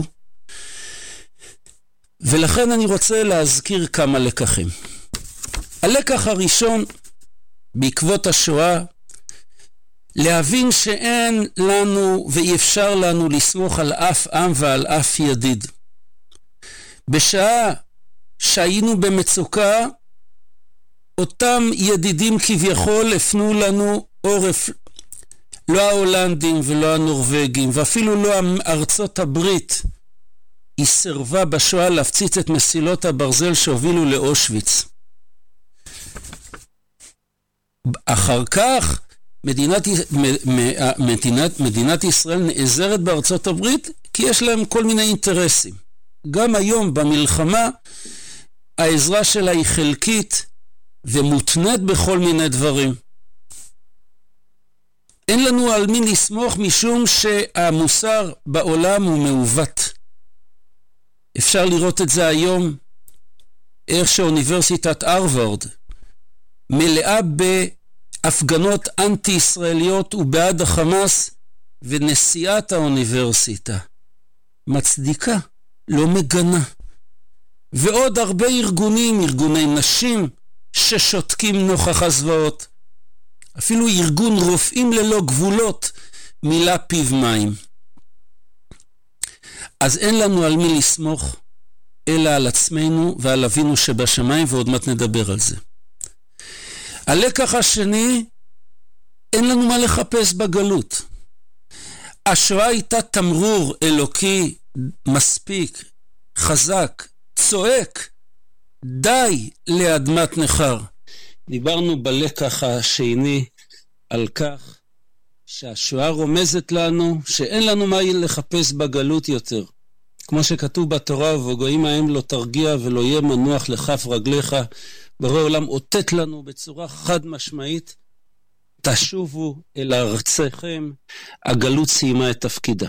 ולכן אני רוצה להזכיר כמה לקחים. הלקח הראשון בעקבות השואה, להבין שאין לנו ואי אפשר לנו לסמוך על אף עם ועל אף ידיד. בשעה שהיינו במצוקה, אותם ידידים כביכול הפנו לנו עורף, לא ההולנדים ולא הנורווגים, ואפילו לא ארצות הברית. היא סירבה בשואה להפציץ את מסילות הברזל שהובילו לאושוויץ. אחר כך מדינת ישראל נעזרת בארצות הברית כי יש להם כל מיני אינטרסים. גם היום במלחמה העזרה שלה היא חלקית ומותנית בכל מיני דברים. אין לנו על מי לסמוך משום שהמוסר בעולם הוא מעוות. אפשר לראות את זה היום, איך שאוניברסיטת הרווארד מלאה בהפגנות אנטי-ישראליות ובעד החמאס, ונשיאת האוניברסיטה מצדיקה, לא מגנה. ועוד הרבה ארגונים, ארגוני נשים ששותקים נוכח הזוועות. אפילו ארגון רופאים ללא גבולות מילא פיו מים. אז אין לנו על מי לסמוך, אלא על עצמנו ועל אבינו שבשמיים, ועוד מעט נדבר על זה. הלקח השני, אין לנו מה לחפש בגלות. השואה הייתה תמרור אלוקי מספיק, חזק, צועק, די לאדמת נחר. דיברנו בלקח השני על כך שהשואה רומזת לנו שאין לנו מה לחפש בגלות יותר. כמו שכתוב בתורה, ובגויים ההם לא תרגיע ולא יהיה מנוח לכף רגליך. בורא עולם אותת לנו בצורה חד משמעית תשובו אל ארצכם, הגלות סיימה את תפקידה.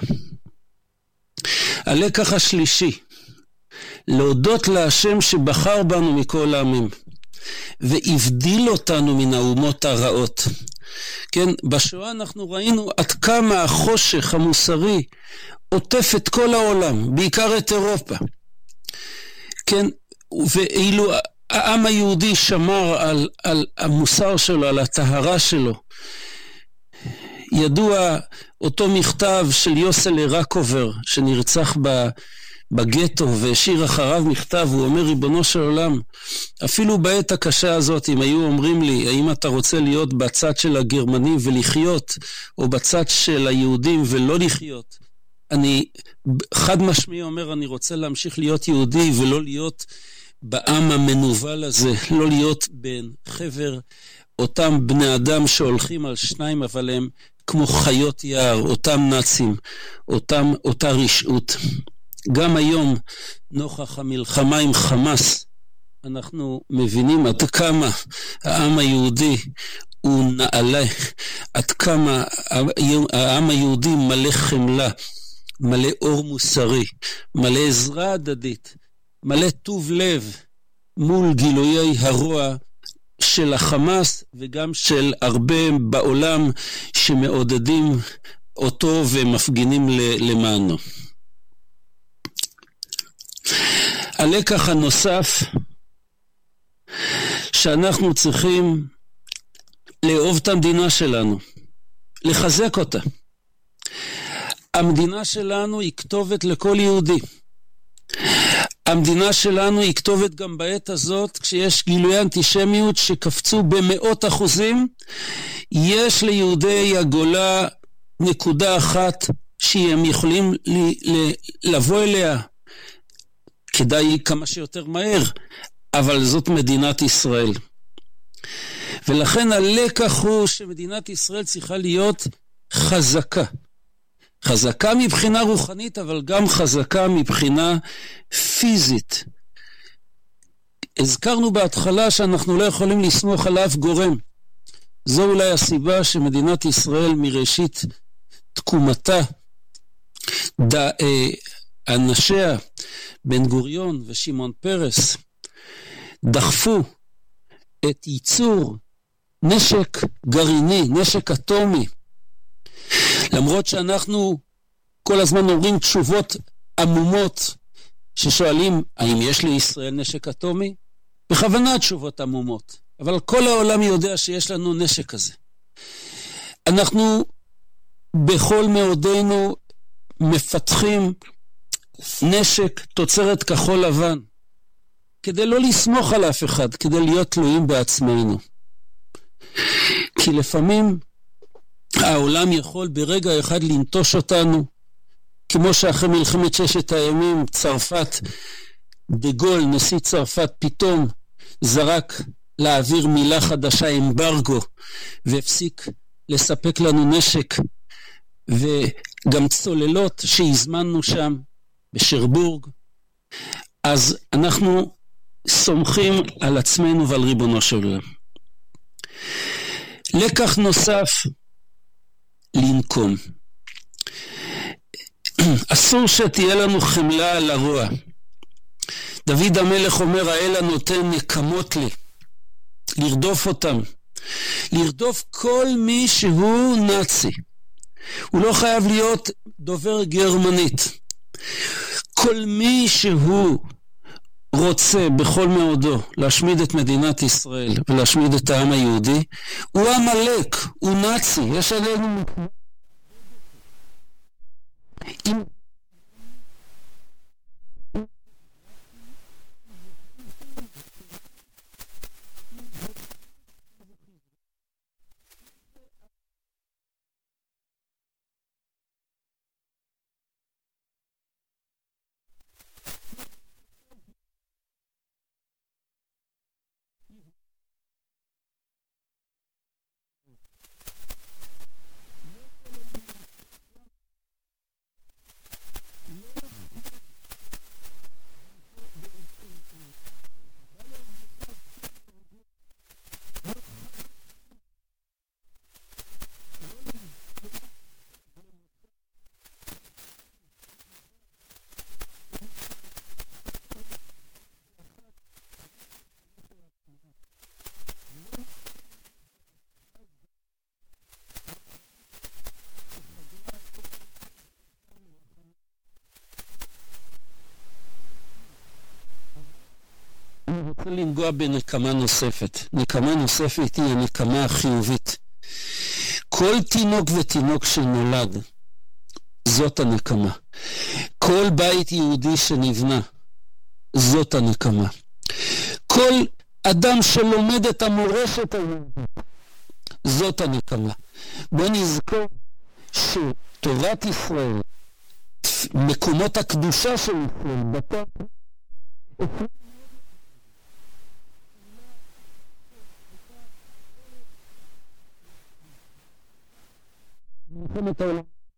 הלקח השלישי, להודות להשם שבחר בנו מכל העמים, והבדיל אותנו מן האומות הרעות. כן, בשואה אנחנו ראינו עד כמה החושך המוסרי עוטף את כל העולם, בעיקר את אירופה. כן, ואילו העם היהודי שמר על המוסר שלו, על הטהרה שלו. ידוע אותו מכתב של יוסל רקובר שנרצח בגטו והשאיר אחריו מכתב, הוא אומר, ריבונו של עולם, אפילו בעת הקשה הזאת, אם היו אומרים לי, האם אתה רוצה להיות בצד של הגרמנים ולחיות, או בצד של היהודים ולא לחיות, אני חד משמעי אומר, אני רוצה להמשיך להיות יהודי ולא להיות בעם המנוול הזה, לא להיות בין חבר אותם בני אדם שהולכים על שניים, אבל הם כמו חיות יער, אותם נאצים, אותה רשעות. גם היום, נוכח המלחמה עם חמאס, אנחנו מבינים עד כמה העם היהודי הוא נעלה, עד כמה העם היהודי מלא חמלה, מלא אור מוסרי, מלא עזרה הדדית, מלא טוב לב מול גילויי הרוע של החמאס וגם של הרבה בעולם שמעודדים אותו ומפגינים למענו. הלקח הנוסף שאנחנו צריכים לאהוב את המדינה שלנו, לחזק אותה. המדינה שלנו היא כתובת לכל יהודי. המדינה שלנו היא כתובת גם בעת הזאת, כשיש גילויי אנטישמיות שקפצו במאות אחוזים, יש ליהודי הגולה נקודה אחת שהם יכולים לבוא אליה, כדאי כמה שיותר מהר, אבל זאת מדינת ישראל. ולכן הלקח הוא שמדינת ישראל צריכה להיות חזקה. חזקה מבחינה רוחנית, אבל גם חזקה מבחינה פיזית. הזכרנו בהתחלה שאנחנו לא יכולים לסמוך על אף גורם. זו אולי הסיבה שמדינת ישראל מראשית תקומתה, אנשיה, בן גוריון ושמעון פרס, דחפו את ייצור נשק גרעיני, נשק אטומי. למרות שאנחנו כל הזמן אומרים תשובות עמומות ששואלים האם יש לישראל נשק אטומי? בכוונה תשובות עמומות, אבל כל העולם יודע שיש לנו נשק כזה. אנחנו בכל מאודנו מפתחים נשק תוצרת כחול לבן, כדי לא לסמוך על אף אחד, כדי להיות תלויים בעצמנו. כי לפעמים העולם יכול ברגע אחד לנטוש אותנו, כמו שאחרי מלחמת ששת הימים, צרפת, דה גול, נשיא צרפת, פתאום זרק לאוויר מילה חדשה, אמברגו, והפסיק לספק לנו נשק, וגם צוללות שהזמנו שם בשרבורג. אז אנחנו סומכים על עצמנו ועל ריבונו של עולם. לקח נוסף, לנקום. אסור שתהיה לנו חמלה על הרוע. דוד המלך אומר, האל הנותן נקמות לי, לרדוף אותם, לרדוף כל מי שהוא נאצי. הוא לא חייב להיות דובר גרמנית. כל מי שהוא רוצה בכל מאודו להשמיד את מדינת ישראל ולהשמיד את העם היהודי, הוא עמלק, הוא נאצי. יש עלינו רוצה לנגוע בנקמה נוספת. נקמה נוספת היא הנקמה החיובית. כל תינוק ותינוק שנולד, זאת הנקמה. כל בית יהודי שנבנה, זאת הנקמה. כל אדם שלומד את המורשת היהודית, זאת הנקמה. בוא נזכור שתורת ישראל, מקומות הקדושה של ישראל, מלחמת העולם.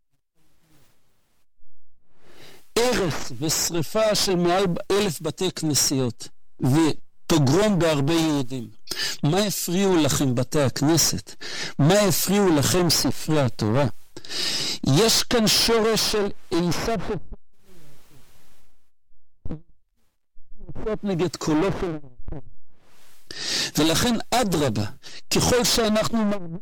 הרס ושריפה של מעל 1,000 בתי כנסיות ופוגרום בהרבה יהודים. מה הפריעו לכם בתי הכנסת? מה הפריעו לכם ספרי התורה? יש כאן שורש של עשיו נגד קולו של ולכן אדרבה, ככל שאנחנו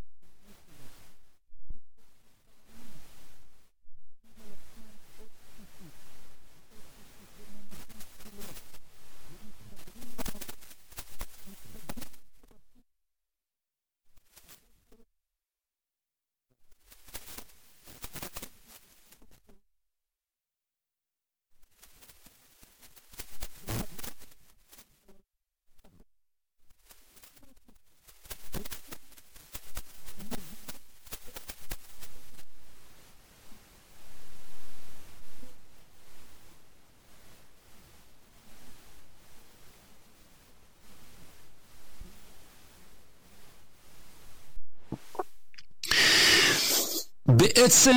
בעצם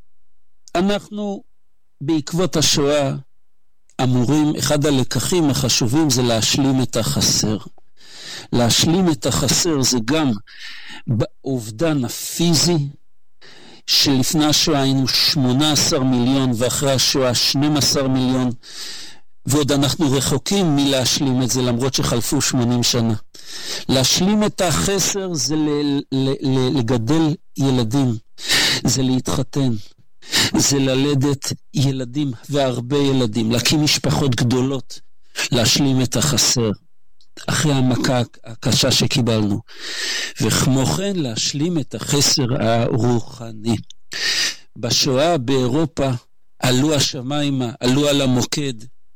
אנחנו בעקבות השואה אמורים, אחד הלקחים החשובים זה להשלים את החסר. להשלים את החסר זה גם באובדן הפיזי, שלפני השואה היינו 18 מיליון ואחרי השואה 12 מיליון, ועוד אנחנו רחוקים מלהשלים את זה למרות שחלפו 80 שנה. להשלים את החסר זה לגדל ילדים, זה להתחתן, זה ללדת ילדים והרבה ילדים, להקים משפחות גדולות, להשלים את החסר אחרי המכה הקשה שקיבלנו, וכמו כן להשלים את החסר הרוחני. בשואה באירופה עלו השמיימה, עלו על המוקד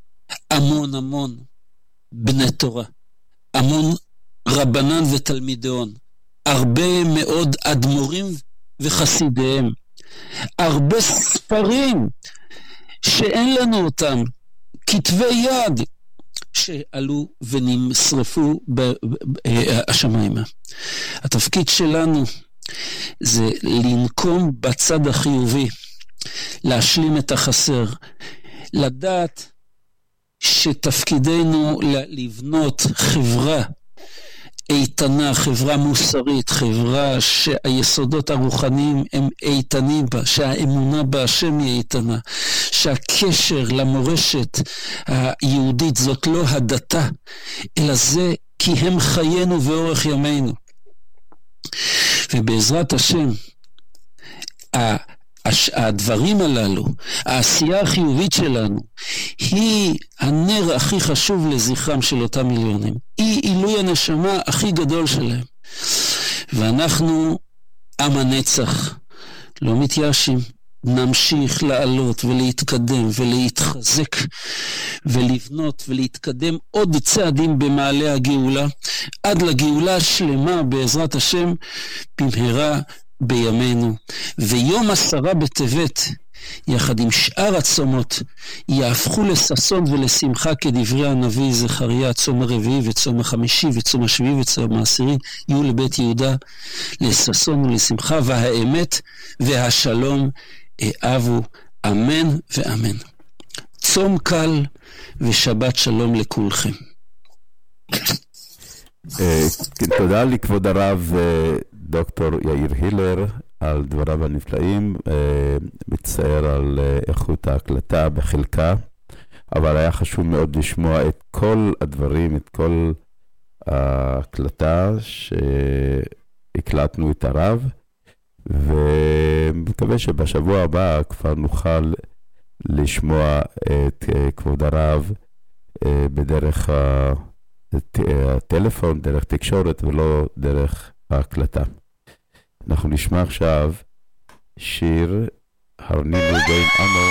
המון בני תורה, המון רבנן ותלמידיון, הרבה מאוד אדמו"רים וחסידיהם, הרבה ספרים שאין לנו אותם, כתבי יד שעלו ונשרפו השמיימה. התפקיד שלנו זה לנקום בצד החיובי, להשלים את החסר, לדעת שתפקידנו לבנות חברה איתנה, חברה מוסרית, חברה שהיסודות הרוחניים הם איתנים בה, שהאמונה בהשם היא איתנה, שהקשר למורשת היהודית זאת לא הדתה, אלא זה כי הם חיינו ואורך ימינו. ובעזרת השם, הדברים הללו, העשייה החיובית שלנו, היא הנר הכי חשוב לזכרם של אותם מיליונים. היא עילוי הנשמה הכי גדול שלהם. ואנחנו עם הנצח, לא מתייאשים, נמשיך לעלות ולהתקדם ולהתחזק ולבנות ולהתקדם עוד צעדים במעלה הגאולה, עד לגאולה השלמה בעזרת השם במהרה בימינו. ויום 10 בטבת יחד עם שאר הצומות יהפכו לששון ולשמחה כדברי הנביא זכריה. צום הרביעי וצום החמישי וצום השביעי וצום העשירי יהיו לבית יהודה לששון ולשמחה, והאמת והשלום אהבו. אמן ואמן. צום קל ושבת שלום לכולכם. תודה לכבוד הרב דוקטור יאיר הילר על דבריו הנפלאים. מצטער על איכות ההקלטה בחלקה, אבל היה חשוב מאוד לשמוע את כל הדברים, את כל ההקלטה שהקלטנו את הרב, ומקווה שבשבוע הבא כבר נוכל לשמוע את כבוד הרב בדרך הטלפון, דרך תקשורת ולא דרך ההקלטה. אנחנו נשמע עכשיו שיר הרנינו בין עמו.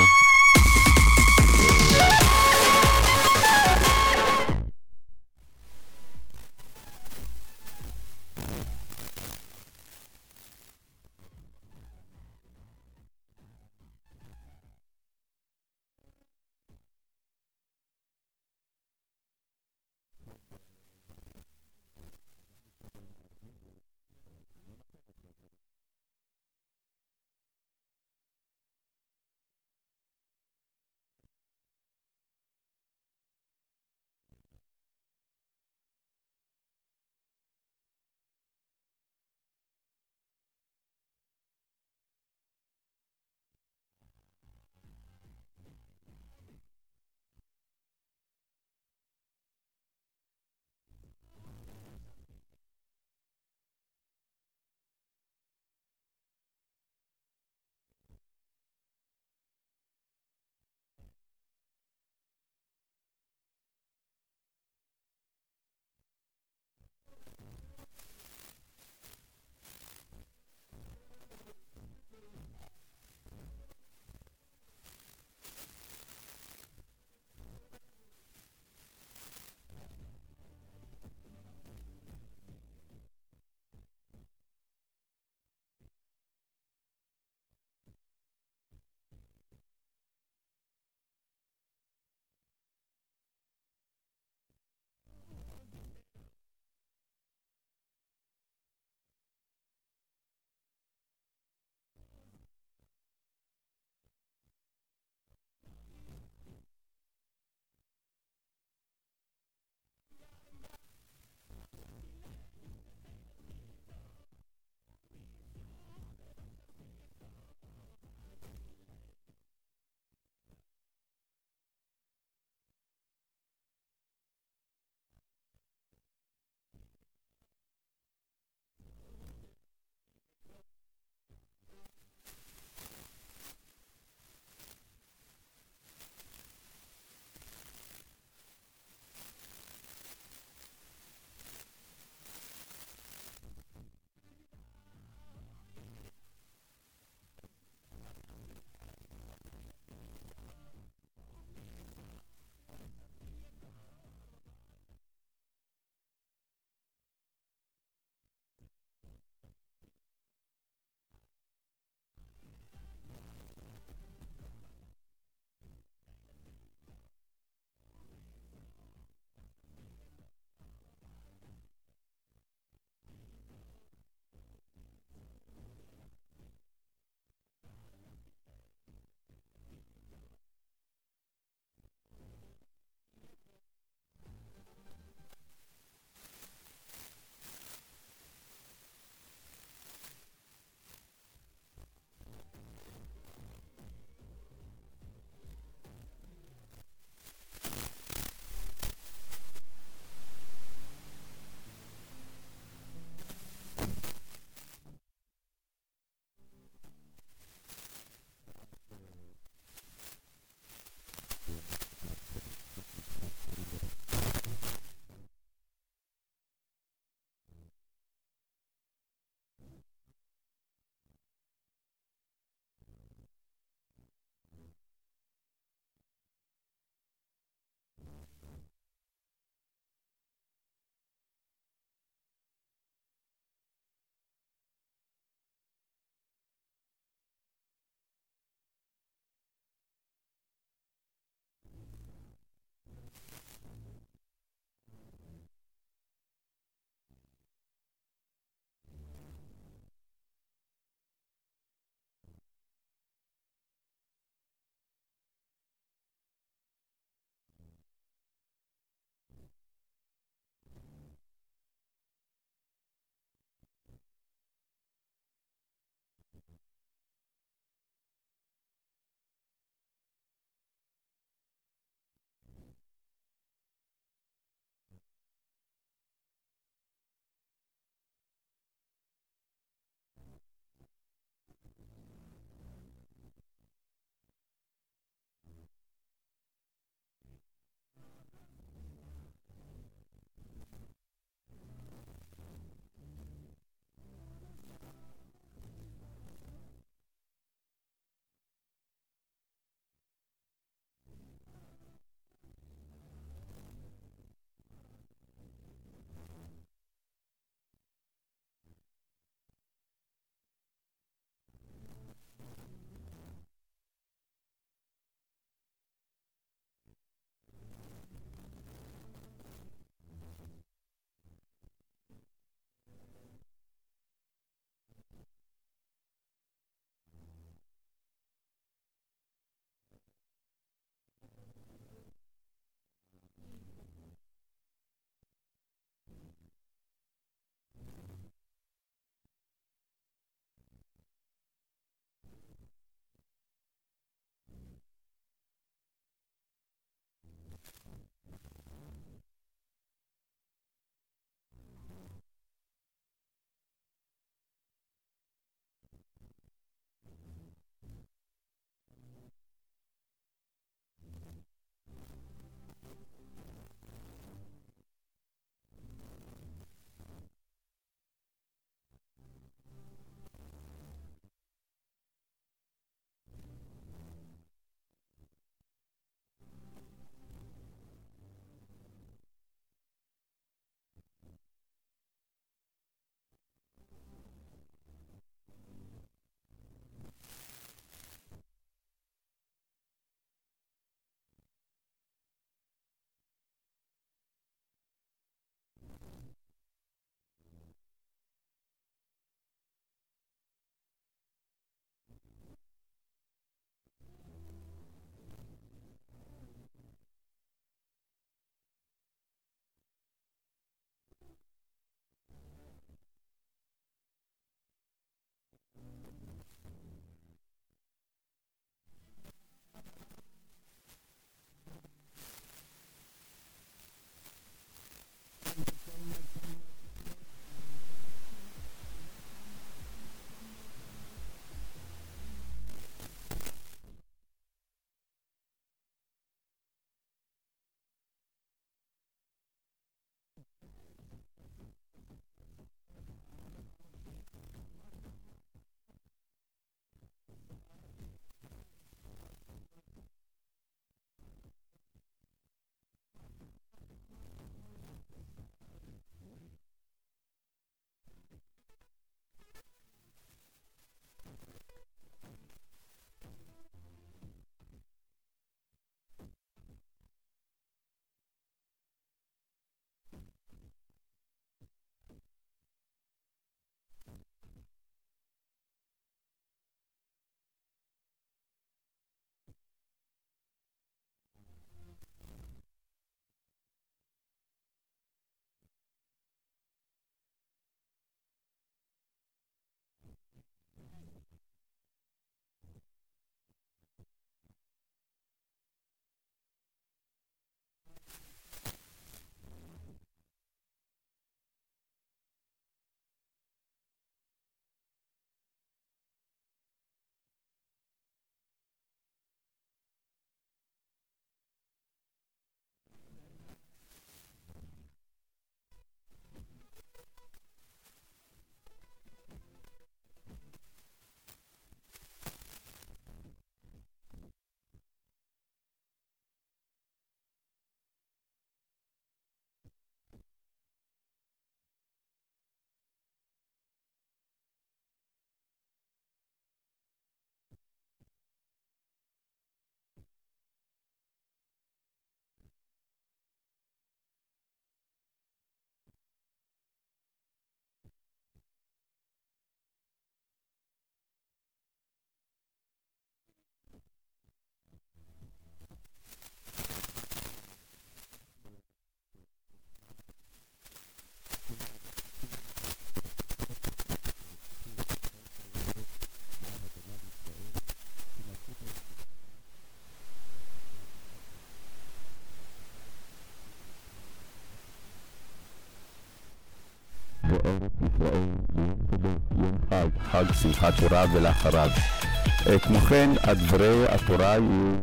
חג שמחת תורה ולאחריו. כמו כן, הדברי התורה יהיו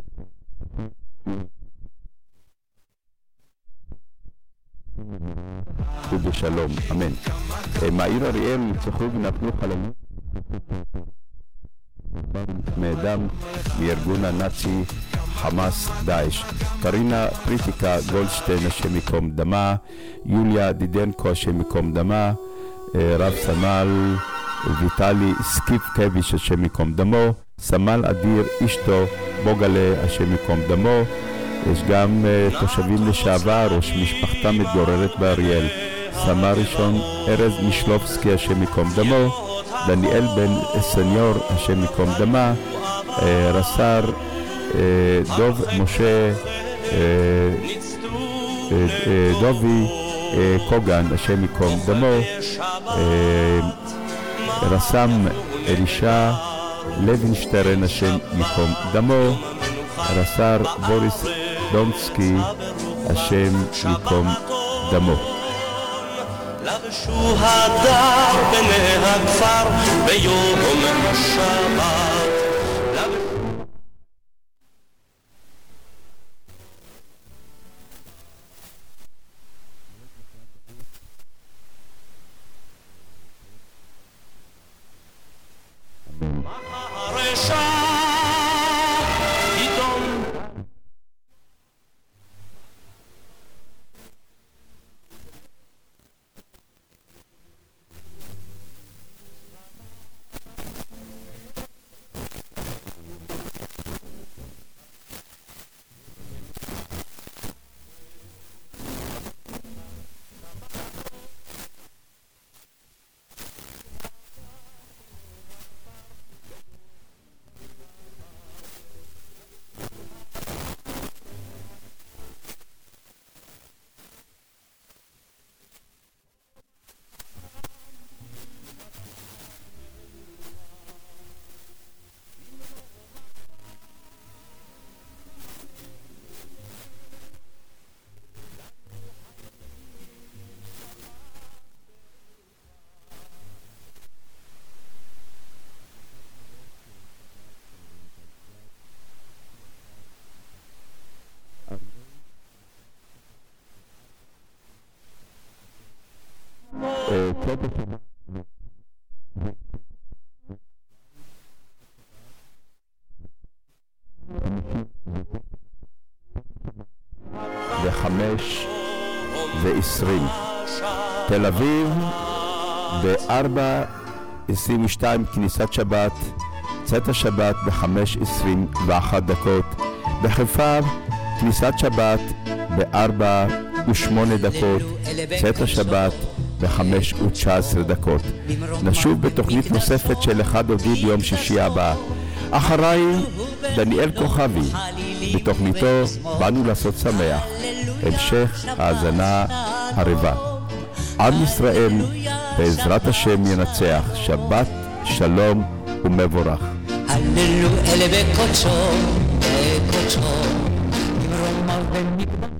ובשלום, אמן. מהעיר אריאל נרצחו ונפלו חללים מאדם מארגון הנאצי חמאס דאעש. קרינה פריטיקה גולדשטיין השם ייקום דמה, יוליה דידנקו השם ייקום דמה, רב סמל ויטלי סקיפקביץ' השם ייקום דמו, סמל אדיר אשתו בוגלה השם ייקום דמו. יש גם תושבים לשעבר, ראש משפחתה מתגוררת באריאל, סמל ראשון ארז מישלובסקי השם ייקום דמו, דניאל בן סניור השם ייקום דמה, רס"ר דוב משה דובי קוגן השם ייקום דמו, רס"מ אלישע לוינשטרן השם ייקום דמו, רס"ר בוריס דונסקי השם ייקום דמו. לבשו הדר בני הכפר ביום השבת. ב5:20. תל אביב ב4:22 כניסת שבת, צאת השבת ב5:21. בחיפה כניסת שבת ב4:08, צאת השבת ב5:19. נשוב בתוכנית נוספת של אחד עודי ביום שישי הבא. אחריי דניאל כוכבי בתוכניתו באנו לעשות שמח. המשך האזנה הרבה. עם ישראל בעזרת השם ינצח. שבת שלום ומבורך. הללו אלה בקודשו, בקודשו, נמרום על במקדש